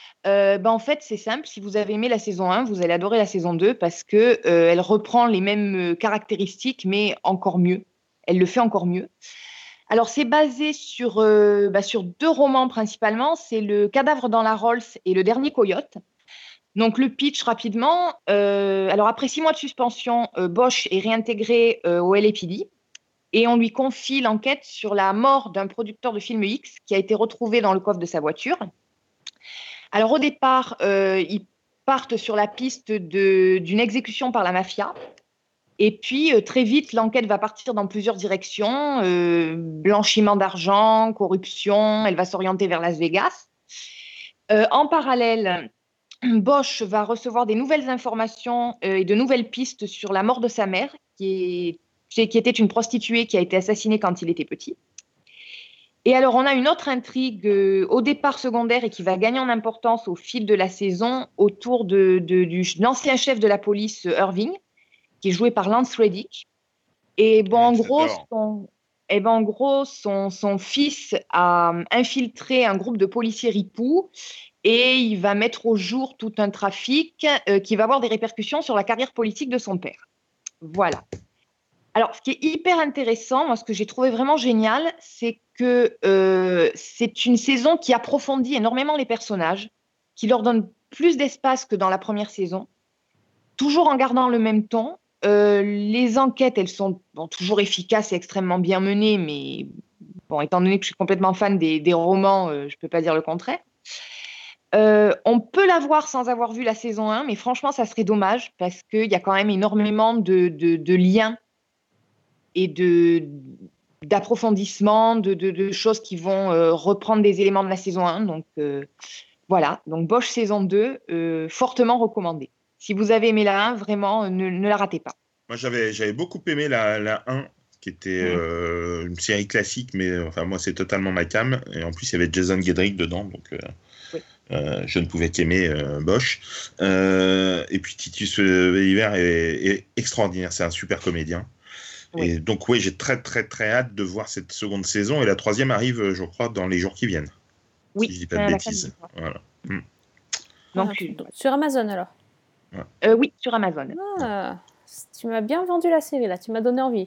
en fait, c'est simple. Si vous avez aimé la saison 1, vous allez adorer la saison 2 parce qu'elle reprend les mêmes caractéristiques, mais encore mieux. Elle le fait encore mieux. Alors, c'est basé sur 2 romans principalement. C'est Le Cadavre dans la Rolls et Le Dernier Coyote. Donc, le pitch rapidement. Alors, après 6 mois de suspension, Bosch est réintégré au LAPD et on lui confie l'enquête sur la mort d'un producteur de film X qui a été retrouvé dans le coffre de sa voiture. Alors au départ, ils partent sur la piste d'une exécution par la mafia. Et puis très vite, l'enquête va partir dans plusieurs directions. Blanchiment d'argent, corruption, elle va s'orienter vers Las Vegas. En parallèle, Bosch va recevoir des nouvelles informations et de nouvelles pistes sur la mort de sa mère, qui était une prostituée qui a été assassinée quand il était petit. Et alors, on a une autre intrigue au départ secondaire et qui va gagner en importance au fil de la saison autour de l'ancien chef de la police, Irving, qui est joué par Lance Reddick. Et bon, en gros, son fils a infiltré un groupe de policiers ripoux et il va mettre au jour tout un trafic qui va avoir des répercussions sur la carrière politique de son père. Voilà. Alors, ce qui est hyper intéressant, moi, ce que j'ai trouvé vraiment génial, c'est que c'est une saison qui approfondit énormément les personnages, qui leur donne plus d'espace que dans la première saison, toujours en gardant le même ton. Les enquêtes, elles sont toujours efficaces et extrêmement bien menées, mais bon, étant donné que je suis complètement fan des romans, je ne peux pas dire le contraire. On peut la voir sans avoir vu la saison 1, mais franchement, ça serait dommage parce qu'il y a quand même énormément de liens et d'approfondissement, de choses qui vont reprendre des éléments de la saison 1. Donc, voilà. Donc, Bosch saison 2, fortement recommandé. Si vous avez aimé la 1, vraiment, ne la ratez pas. Moi, j'avais beaucoup aimé la 1, qui était une série classique, mais enfin, moi, c'est totalement ma cam. Et en plus, il y avait Jason Gedrick dedans, donc je ne pouvais qu'aimer Bosch. Et puis, Titus Welliver est extraordinaire. C'est un super comédien. Oui. Et donc, oui, j'ai très, très, très hâte de voir cette seconde saison. Et la troisième arrive, je crois, dans les jours qui viennent. Oui, si je dis pas de bêtises. Voilà. Donc, sur Amazon, alors oui, sur Amazon. Ah, tu m'as bien vendu la série, là. Tu m'as donné envie.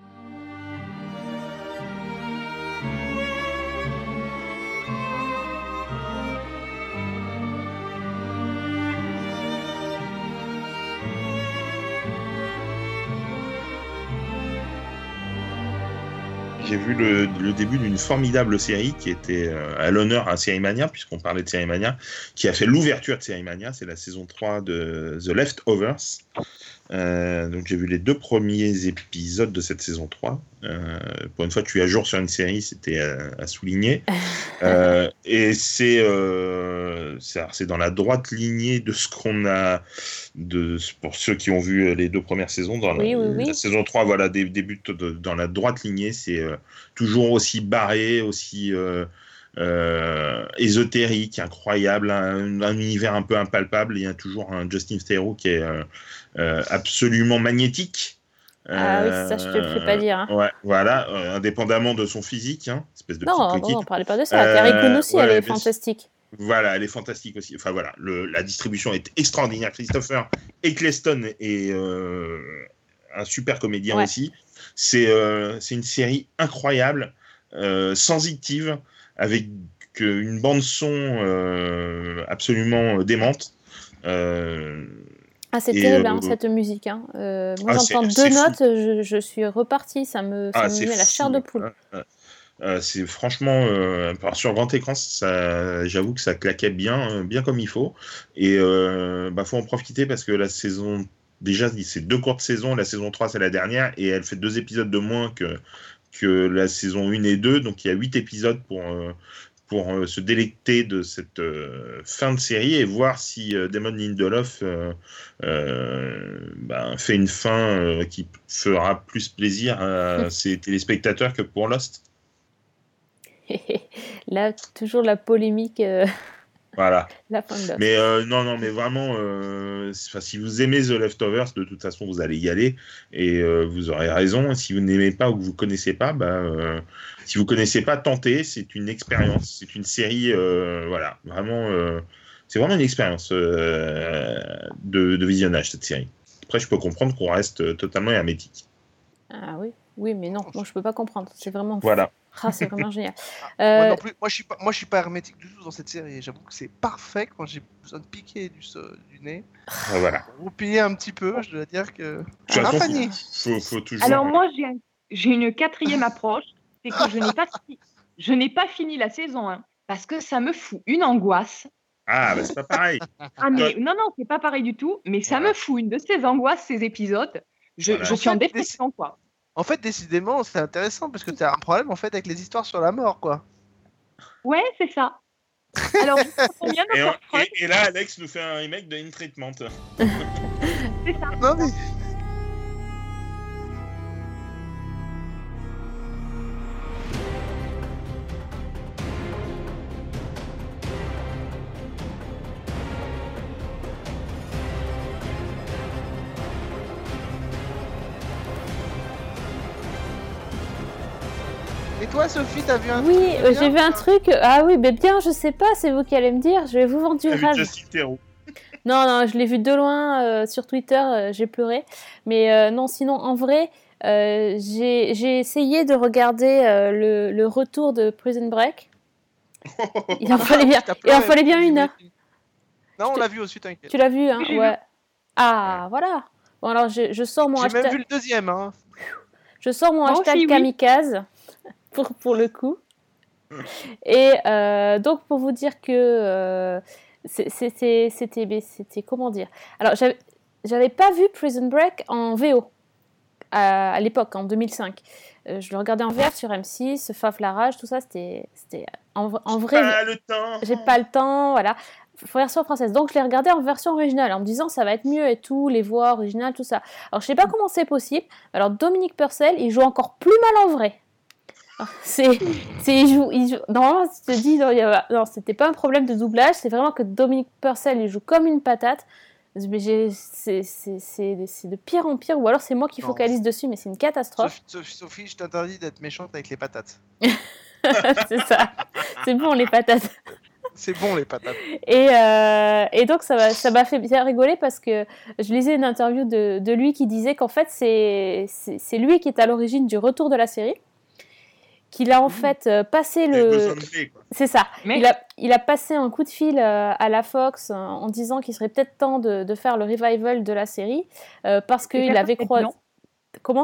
J'ai vu le début d'une formidable série qui était à l'honneur à Série Mania, puisqu'on parlait de Série Mania, qui a fait l'ouverture de Série Mania. C'est la saison 3 de The Leftovers. Donc j'ai vu les 2 premiers épisodes de cette saison 3. Pour une fois, tu es à jour sur une série, c'était à souligner. Et c'est dans la droite lignée de ce qu'on a, pour ceux qui ont vu les 2 premières saisons. Dans la saison 3, voilà, débute dans la droite lignée. C'est toujours aussi barré, aussi ésotérique, incroyable, un univers un peu impalpable. Il y a toujours un Justin Theroux qui est absolument magnétique. Ah oui, ça, je te le fais pas dire. Hein. Ouais, voilà, indépendamment de son physique, espèce de petite coquille. Non, on parlait pas de ça. Carrie Coon aussi, elle est fantastique. Voilà, elle est fantastique aussi. Enfin voilà, la distribution est extraordinaire. Christopher Eccleston est un super comédien aussi. C'est une série incroyable, sensitive, avec une bande son absolument démente. C'est terrible cette musique. Hein. Moi, j'entends 2 notes, je suis repartie, ça me met la chair de poule. C'est franchement, sur grand écran, j'avoue que ça claquait bien comme il faut. Et faut en profiter parce que la saison, déjà, c'est 2 courtes saisons. La saison 3, c'est la dernière, et elle fait 2 épisodes de moins que la saison 1 et 2. Donc, il y a 8 épisodes pour se délecter de cette fin de série et voir si Damon Lindelof fait une fin qui fera plus plaisir à ses téléspectateurs que pour Lost. Là, toujours la polémique. Voilà. La fin de Lost. Mais non, mais vraiment, si vous aimez The Leftovers, de toute façon, vous allez y aller et vous aurez raison. Si vous n'aimez pas ou que vous connaissez pas, si vous connaissez pas, tentez. C'est une expérience, c'est une série, voilà, vraiment, c'est vraiment une expérience de visionnage, cette série. Après, je peux comprendre qu'on reste totalement hermétique. Ah oui, mais non, moi je peux pas comprendre. C'est vraiment. Voilà. C'est vraiment génial. Moi non plus. Moi je suis pas hermétique du tout dans cette série. J'avoue que c'est parfait quand j'ai besoin de piquer du nez. Voilà. Vous pillez un petit peu, je dois dire que. Faut toujours. Alors moi j'ai une 4e approche, c'est que je n'ai pas fini la saison 1 parce que ça me fout une angoisse. Ah c'est pas pareil. Mais non, c'est pas pareil du tout. Mais ça me fout une de ces angoisses, ces épisodes. Je suis en dépression quoi. En fait, décidément, c'est intéressant parce que tu as un problème en fait avec les histoires sur la mort, quoi. Ouais, c'est ça. Alors, et là, Alex nous fait un remake de In Treatment. C'est ça. Non mais. Et toi, Sophie, t'as vu un truc? Oui, j'ai vu un truc. Ah oui, mais bien, je sais pas, c'est vous qui allez me dire. Je vais vous vendre du rêve. Non, je l'ai vu de loin sur Twitter, j'ai pleuré. Mais non, sinon, en vrai, j'ai essayé de regarder le retour de Prison Break. Il en fallait bien une heure. Non, on l'a vu aussi, t'inquiète. Tu l'as vu, hein? Ouais. Ah, voilà. Bon, alors, je sors mon hashtag. J'ai même vu le deuxième, hein. Je sors mon hashtag kamikaze. Pour le coup. Et donc, pour vous dire que C'était comment dire. Alors, j'avais pas vu Prison Break en VO à l'époque, en 2005. Je le regardais en VF sur M6, Faf la rage, tout ça, c'était en vrai. Pas le temps. J'ai pas le temps, voilà. Version française. Donc, je l'ai regardé en version originale, en me disant ça va être mieux et tout, les voix originales, tout ça. Alors, je sais pas comment c'est possible. Alors, Dominique Purcell, il joue encore plus mal en vrai. Il joue. Normalement, si tu te dis, non, c'était pas un problème de doublage, c'est vraiment que Dominique Purcell, il joue comme une patate. Mais c'est de pire en pire, ou alors c'est moi qui focalise dessus, mais c'est une catastrophe. Sophie, je t'interdis d'être méchante avec les patates. C'est ça. C'est bon, les patates. C'est bon, les patates. Et donc, ça m'a fait bien rigoler parce que je lisais une interview de lui qui disait qu'en fait, c'est lui qui est à l'origine du retour de la série. Qu'il a en fait passé le... C'est ça. Mais... Il a passé un coup de fil à la Fox en disant qu'il serait peut-être temps de faire le revival de la série parce qu'il avait croisé... Comment ?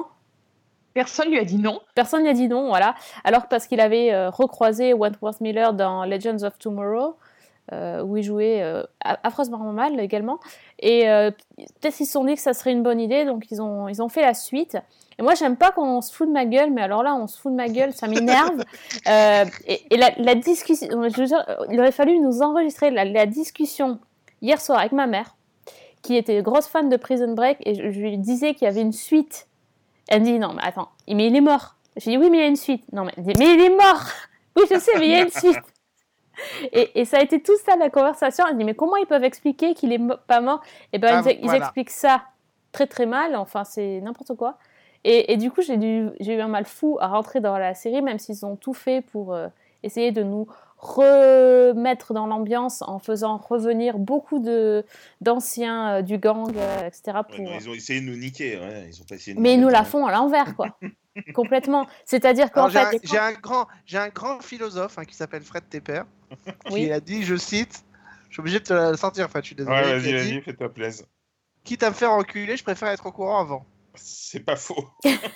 Personne lui a dit non. Personne lui a dit non, voilà. Alors parce qu'il avait recroisé Wentworth Miller dans Legends of Tomorrow, où il jouait affreusement mal également. Et peut-être qu'ils se sont dit que ça serait une bonne idée, donc ils ont fait la suite. Et moi, j'aime pas quand on se fout de ma gueule, mais alors là, on se fout de ma gueule, ça m'énerve. Et la discussion, je veux dire, il aurait fallu nous enregistrer la discussion hier soir avec ma mère, qui était grosse fan de Prison Break, et je lui disais qu'il y avait une suite. Elle me dit, non, mais attends, mais il est mort. J'ai dit, oui, mais il y a une suite. Non, mais il est mort. Oui, je sais, mais il y a une suite. Et ça a été tout ça, la conversation. Elle dit, mais comment ils peuvent expliquer qu'il est pas mort ? Et ben, ils expliquent ça très, très mal. Enfin, c'est n'importe quoi. Et du coup, j'ai eu un mal fou à rentrer dans la série, même s'ils ont tout fait pour essayer de nous remettre dans l'ambiance en faisant revenir beaucoup d'anciens du gang, etc. Non, ils ont essayé de nous niquer. Ouais. Ils ont pas essayé de mais ils nous la font à l'envers, quoi. Complètement. C'est-à-dire qu'en fait... J'ai un grand philosophe qui s'appelle Fred Tepper, qui a dit, je cite, je suis obligé de te la sortir, je suis désolé. Ouais, vas-y, fais-toi plaisir. Quitte à me faire enculer, je préfère être au courant avant. C'est pas faux.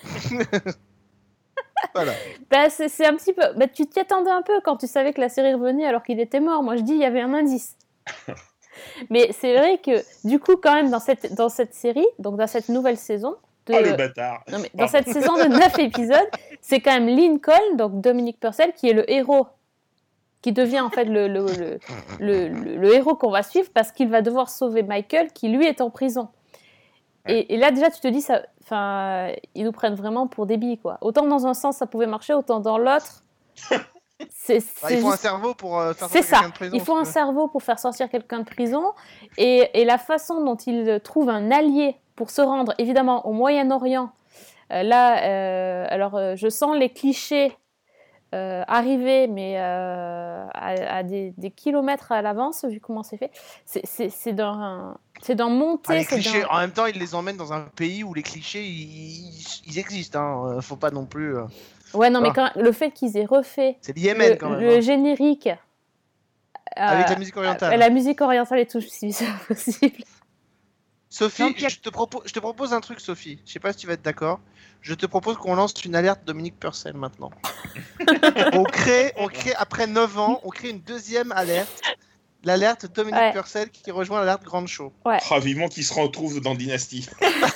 Voilà. Bah, c'est un petit peu... Bah, tu t'y attendais un peu quand tu savais que la série revenait alors qu'il était mort. Moi, je dis, il y avait un indice. Mais c'est vrai que, du coup, quand même, dans cette série, donc dans cette nouvelle saison... le bâtard. Non, mais dans cette saison de 9 épisodes, c'est quand même Lincoln, donc Dominique Purcell, qui est le héros, qui devient en fait le héros qu'on va suivre parce qu'il va devoir sauver Michael, qui lui est en prison. Et là, déjà, tu te dis, ils nous prennent vraiment pour débiles, quoi. Autant dans un sens, ça pouvait marcher, autant dans l'autre... il faut un cerveau pour faire sortir quelqu'un de prison. Il faut un cerveau pour faire sortir quelqu'un de prison. Et la façon dont il trouve un allié pour se rendre, évidemment, au Moyen-Orient, je sens les clichés arriver, mais à des kilomètres à l'avance, vu comment c'est fait. C'est d'un monter. Les clichés, en même temps, ils les emmènent dans un pays où les clichés, ils existent. Faut pas non plus... Ouais, non, mais le fait qu'ils aient refait c'est le Yémen, quand même, le générique avec la musique orientale. La musique orientale et tout, si c'est possible. Sophie, je te propose un truc, Sophie. Je sais pas si tu vas être d'accord. Je te propose qu'on lance une alerte Dominique Purcell maintenant. on crée, après 9 ans, on crée une deuxième alerte. L'alerte Dominique Purcell qui rejoint l'alerte Grande Show. Ouais. Vivement qu'il se retrouve dans Dynasty.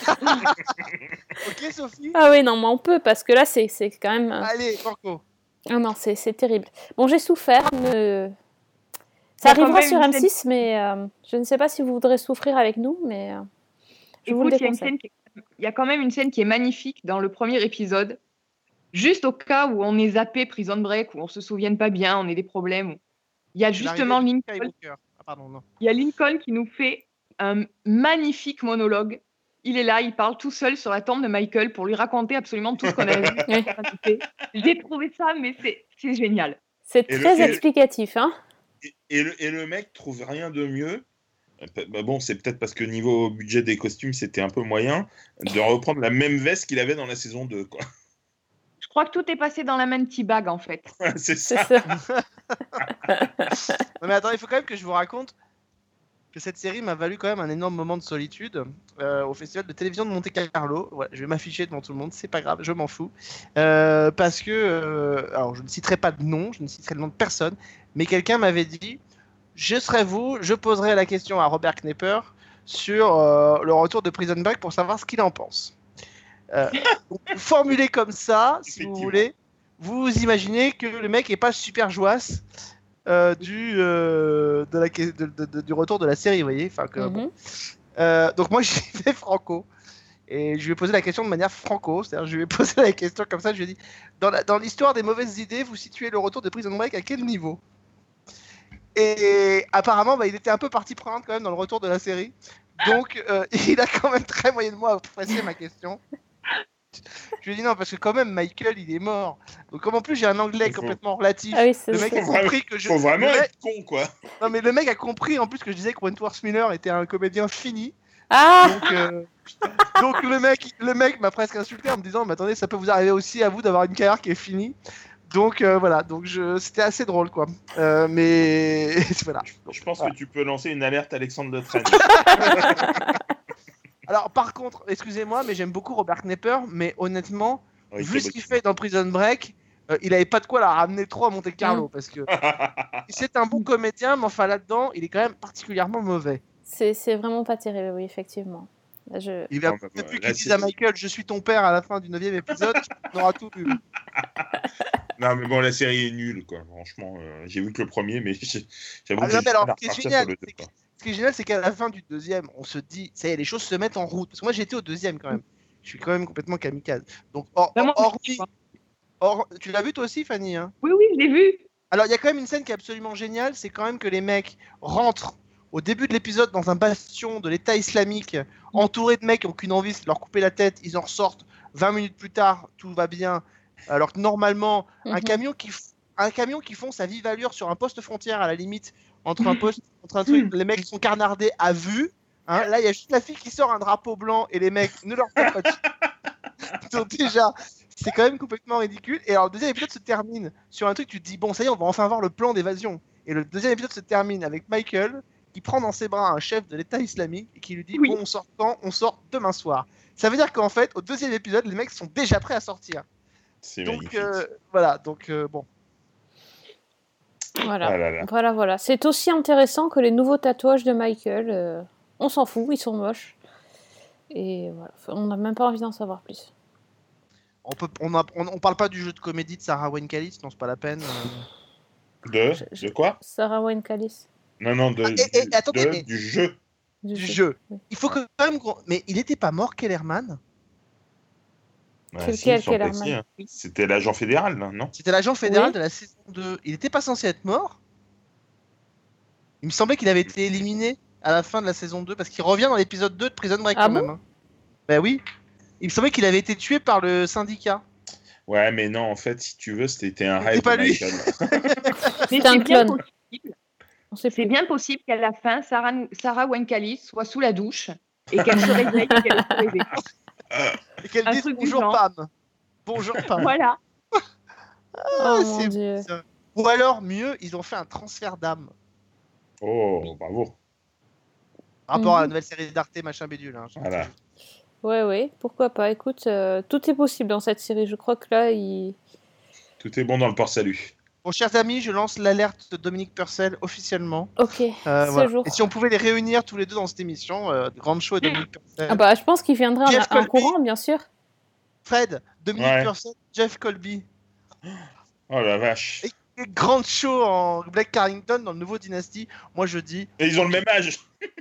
Ok, Sophie. Ah oui, non, mais on peut, parce que là, c'est quand même... Allez, Marco. Ah non, c'est terrible. Bon, j'ai souffert. Ça arrivera sur M6, mais je ne sais pas si vous voudrez souffrir avec nous, mais je vous le déconseille. Il y a quand même une scène qui est magnifique dans le premier épisode. Juste au cas où on est zappé Prison Break, où on ne se souvienne pas bien, on a des problèmes. Il y a justement Lincoln. Il y a Lincoln qui nous fait un magnifique monologue. Il est là, il parle tout seul sur la tombe de Michael pour lui raconter absolument tout ce qu'on a vu. J'ai trouvé ça, mais c'est génial. C'est très explicatif, hein. Et le mec trouve rien de mieux. Bon, c'est peut-être parce que niveau budget des costumes, c'était un peu moyen de reprendre la même veste qu'il avait dans la saison 2, quoi. Je crois que tout est passé dans la même bag, en fait. C'est ça. Non, mais attends, il faut quand même que je vous raconte que cette série m'a valu quand même un énorme moment de solitude au festival de télévision de Monte-Carlo. Ouais, je vais m'afficher devant tout le monde, c'est pas grave, je m'en fous. Parce que, alors je ne citerai pas de nom, je ne citerai le nom de personne, mais quelqu'un m'avait dit je serais vous, je poserais la question à Robert Knepper sur le retour de Prison Break pour savoir ce qu'il en pense. Formulé comme ça, si vous voulez, vous imaginez que le mec est pas super joasse du retour de la série, vous voyez. Enfin, bon. Donc moi, j'y vais franco. Et je lui ai posé la question de manière franco, c'est-à-dire je lui ai posé la question comme ça, je lui ai dit dans l'histoire des mauvaises idées, vous situez le retour de Prison Break à quel niveau? Et apparemment, il était un peu partie prenante quand même dans le retour de la série, donc il a quand même très moyennement apprécié ma question. Je lui ai dit non, parce que quand même Michael il est mort, donc comme en plus j'ai un anglais complètement relatif, le mec a compris que faut vraiment être con quoi. Non mais le mec a compris en plus que je disais que Wentworth Miller était un comédien fini. Donc le mec m'a presque insulté en me disant mais attendez, ça peut vous arriver aussi à vous d'avoir une carrière qui est finie. Donc voilà, donc c'était assez drôle quoi. Mais voilà. Je pense que tu peux lancer une alerte Alexandre de Traîne. Alors par contre, excusez-moi, mais j'aime beaucoup Robert Knepper, mais honnêtement, vu ce qu'il fait dans Prison Break, il avait pas de quoi la ramener trop à Monte Carlo parce que c'est un bon comédien, mais enfin là-dedans, il est quand même particulièrement mauvais. C'est vraiment pas terrible, oui, effectivement. Il va depuis qu'il dise à Michael, je suis ton père à la fin du 9e épisode, on aura tout vu. Non, mais bon, la série est nulle, quoi. Franchement, j'ai vu que le premier, mais j'avoue que ce qui est génial, c'est qu'à la fin du 2e, on se dit, ça y est, les choses se mettent en route. Parce que moi, j'étais au 2e quand même. Je suis quand même complètement kamikaze. Donc, tu l'as vu toi aussi, Fanny, hein? Oui, je l'ai vu. Alors, il y a quand même une scène qui est absolument géniale, c'est quand même que les mecs rentrent au début de l'épisode dans un bastion de l'État islamique, entourés de mecs qui n'ont qu'une envie, c'est de leur couper la tête, ils en ressortent 20 minutes plus tard, tout va bien. Alors que normalement, un camion qui fonce à vive allure sur un poste frontière à la limite, entre un truc, les mecs sont carnardés à vue. Hein, là, il y a juste la fille qui sort un drapeau blanc et les mecs ne leur tapent pas dessus. Donc déjà, c'est quand même complètement ridicule. Et alors, le deuxième épisode se termine sur un truc, tu te dis, bon, ça y est, on va enfin voir le plan d'évasion. Et le deuxième épisode se termine avec Michael qui prend dans ses bras un chef de l'État islamique et qui lui dit, bon, on sort quand? On sort demain soir. Ça veut dire qu'en fait, au deuxième épisode, les mecs sont déjà prêts à sortir. Donc, voilà, donc bon. Voilà. C'est aussi intéressant que les nouveaux tatouages de Michael. On s'en fout, ils sont moches. Et voilà, on n'a même pas envie d'en savoir plus. On parle pas du jeu de comédie de Sarah Wayne Callis, non, c'est pas la peine. De quoi? Sarah Wayne Callis. Non, du jeu. Du jeu. Oui. Il faut quand même... Mais il était pas mort, Kellerman? Kellerman. C'était l'agent fédéral, là, non? C'était l'agent fédéral de la saison 2. Il était pas censé être mort? Il me semblait qu'il avait été éliminé à la fin de la saison 2, parce qu'il revient dans l'épisode 2 de Prison Break quand même. Hein. Ben oui. Il me semblait qu'il avait été tué par le syndicat. Ouais, mais non, en fait, si tu veux, c'était un rêve. C'est pas lui. C'est un clone. C'est bien possible qu'à la fin, Sarah Wayne Callis soit sous la douche et qu'elle se réveille et qu'elle se réveille. Et qu'elle dise bonjour Pam. Bonjour Pam. Voilà. Mon Dieu. Ou alors, mieux, ils ont fait un transfert d'âme. Oh, bravo. Par rapport à la nouvelle série d'Arte, machin bidule. Hein, voilà. Ouais, pourquoi pas. Écoute, tout est possible dans cette série. Je crois que là, tout est bon dans le port-salut. Bon, chers amis, je lance l'alerte de Dominique Purcell officiellement. Ok, ce jour. Et si on pouvait les réunir tous les deux dans cette émission, Grande Show et Dominique Purcell. Ah bah, je pense qu'il viendrait en courant, bien sûr. Fred, Dominique Purcell, Jeff Colby. Oh la vache. Et Grande Show en Black Carrington dans le nouveau Dynasty. Moi, je dis... Et ils ont le même âge.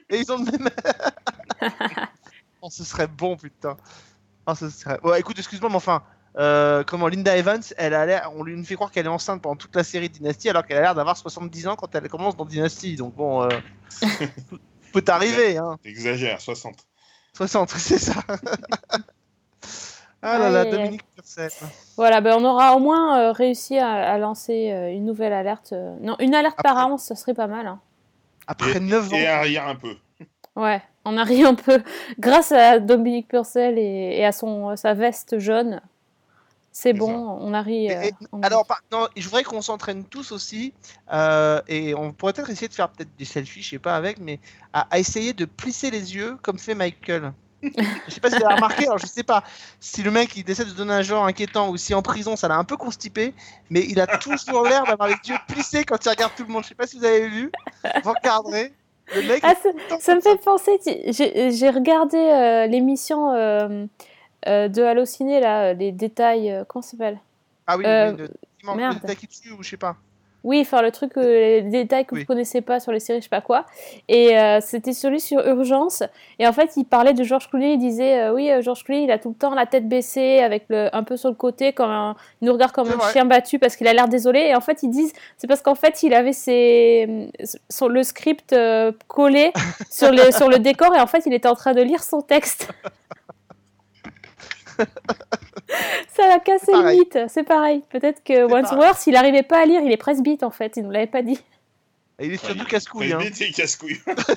Oh, ce serait bon, putain. Oh, ce serait... Ouais, écoute, excuse-moi, mais enfin... Linda Evans, elle a l'air, on lui fait croire qu'elle est enceinte pendant toute la série Dynasty alors qu'elle a l'air d'avoir 70 ans quand elle commence dans Dynasty, donc bon, peut t'arriver, hein. T'exagères, 60, c'est ça. Ah là là, Dominique Purcell. Voilà, on aura au moins réussi à lancer une nouvelle alerte. Non, une alerte par an, ça serait pas mal. Hein. Après 9 ans. Et arrière un peu. Ouais, on arrive un peu. Grâce à Dominique Purcell et à sa veste jaune. C'est bon, on arrive. Alors, je voudrais qu'on s'entraîne tous aussi, et on pourrait peut-être essayer de faire peut-être des selfies, je sais pas avec, mais à essayer de plisser les yeux comme fait Michael. Je sais pas si vous avez remarqué, alors je sais pas si le mec il décide de donner un genre inquiétant ou si en prison ça l'a un peu constipé, mais il a toujours l'air d'avoir les yeux plissés quand il regarde tout le monde. Je sais pas si vous avez vu, vous regarderez. Le mec ça me fait penser, j'ai regardé l'émission de Allociné, là, les détails, comment ça s'appelle? Ah oui, merde. le détail qui tue ou je sais pas. Oui, enfin le truc, les détails que vous connaissez pas sur les séries, je sais pas quoi. Et c'était celui sur Urgence. Et en fait, il parlait de George Clooney. Il disait, oui, George Clooney, il a tout le temps la tête baissée, avec un peu sur le côté, il nous regarde comme un chien battu parce qu'il a l'air désolé. Et en fait, ils disent, c'est parce qu'en fait, il avait le script collé sur le décor. Et en fait, il était en train de lire son texte. Ça l'a cassé le mythe, c'est pareil. Peut-être que Wandsworth, il n'arrivait pas à lire, il est presbyte en fait, il ne nous l'avait pas dit. Et il est surtout casse-couille. Presbyte et casse-couille.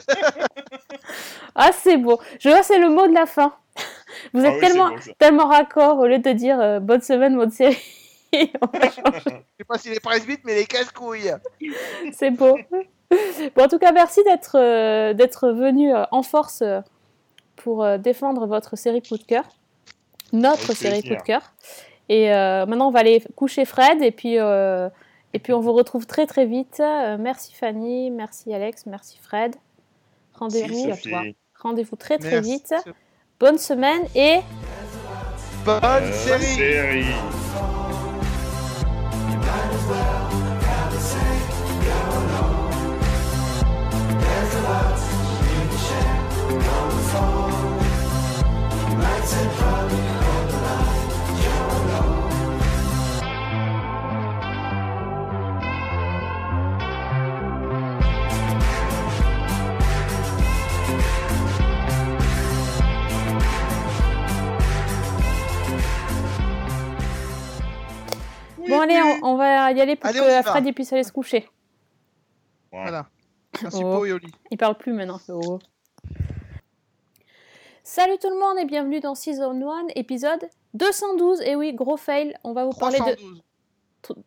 Ah, c'est beau. Je vois, c'est le mot de la fin. Vous êtes tellement raccord au lieu de dire bonne semaine, bonne série. On va changer. Je sais pas s'il est presbyte, mais il est casse-couille. C'est beau. Bon, en tout cas, merci d'être venu en force pour défendre votre série coup de cœur. Notre série coup de cœur. Et maintenant, on va aller coucher Fred. Et puis, on vous retrouve très très vite. Merci Fanny, merci Alex, merci Fred. Rendez-vous très très vite. Bonne semaine et... Bonne série. Bon, allez, on va y aller pour que Fred puisse aller se coucher. Voilà. Merci pour Yoli. Il parle plus maintenant. Oh. Salut tout le monde et bienvenue dans Season 1, épisode 212. Et oui, gros fail, on va vous parler de...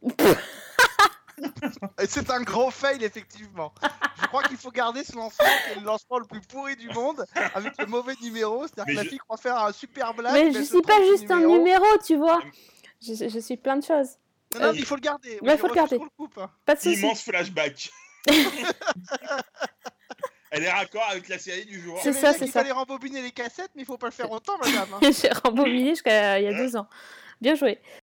C'est un gros fail, effectivement. Je crois qu'il faut garder ce lancement, qui est le lancement le plus pourri du monde, avec le mauvais numéro. C'est-à-dire que la fille croit faire un super blague. Mais je suis pas juste un numéro, tu vois. Je suis plein de choses. Non, mais il faut le garder. Il faut le garder. Pas de soucis. Immense flashback. Elle est raccord avec la série du jour. C'est ça. Il fallait rembobiner les cassettes, mais il faut pas le faire autant, madame. J'ai rembobiné jusqu'à il y a 2 ans. Bien joué.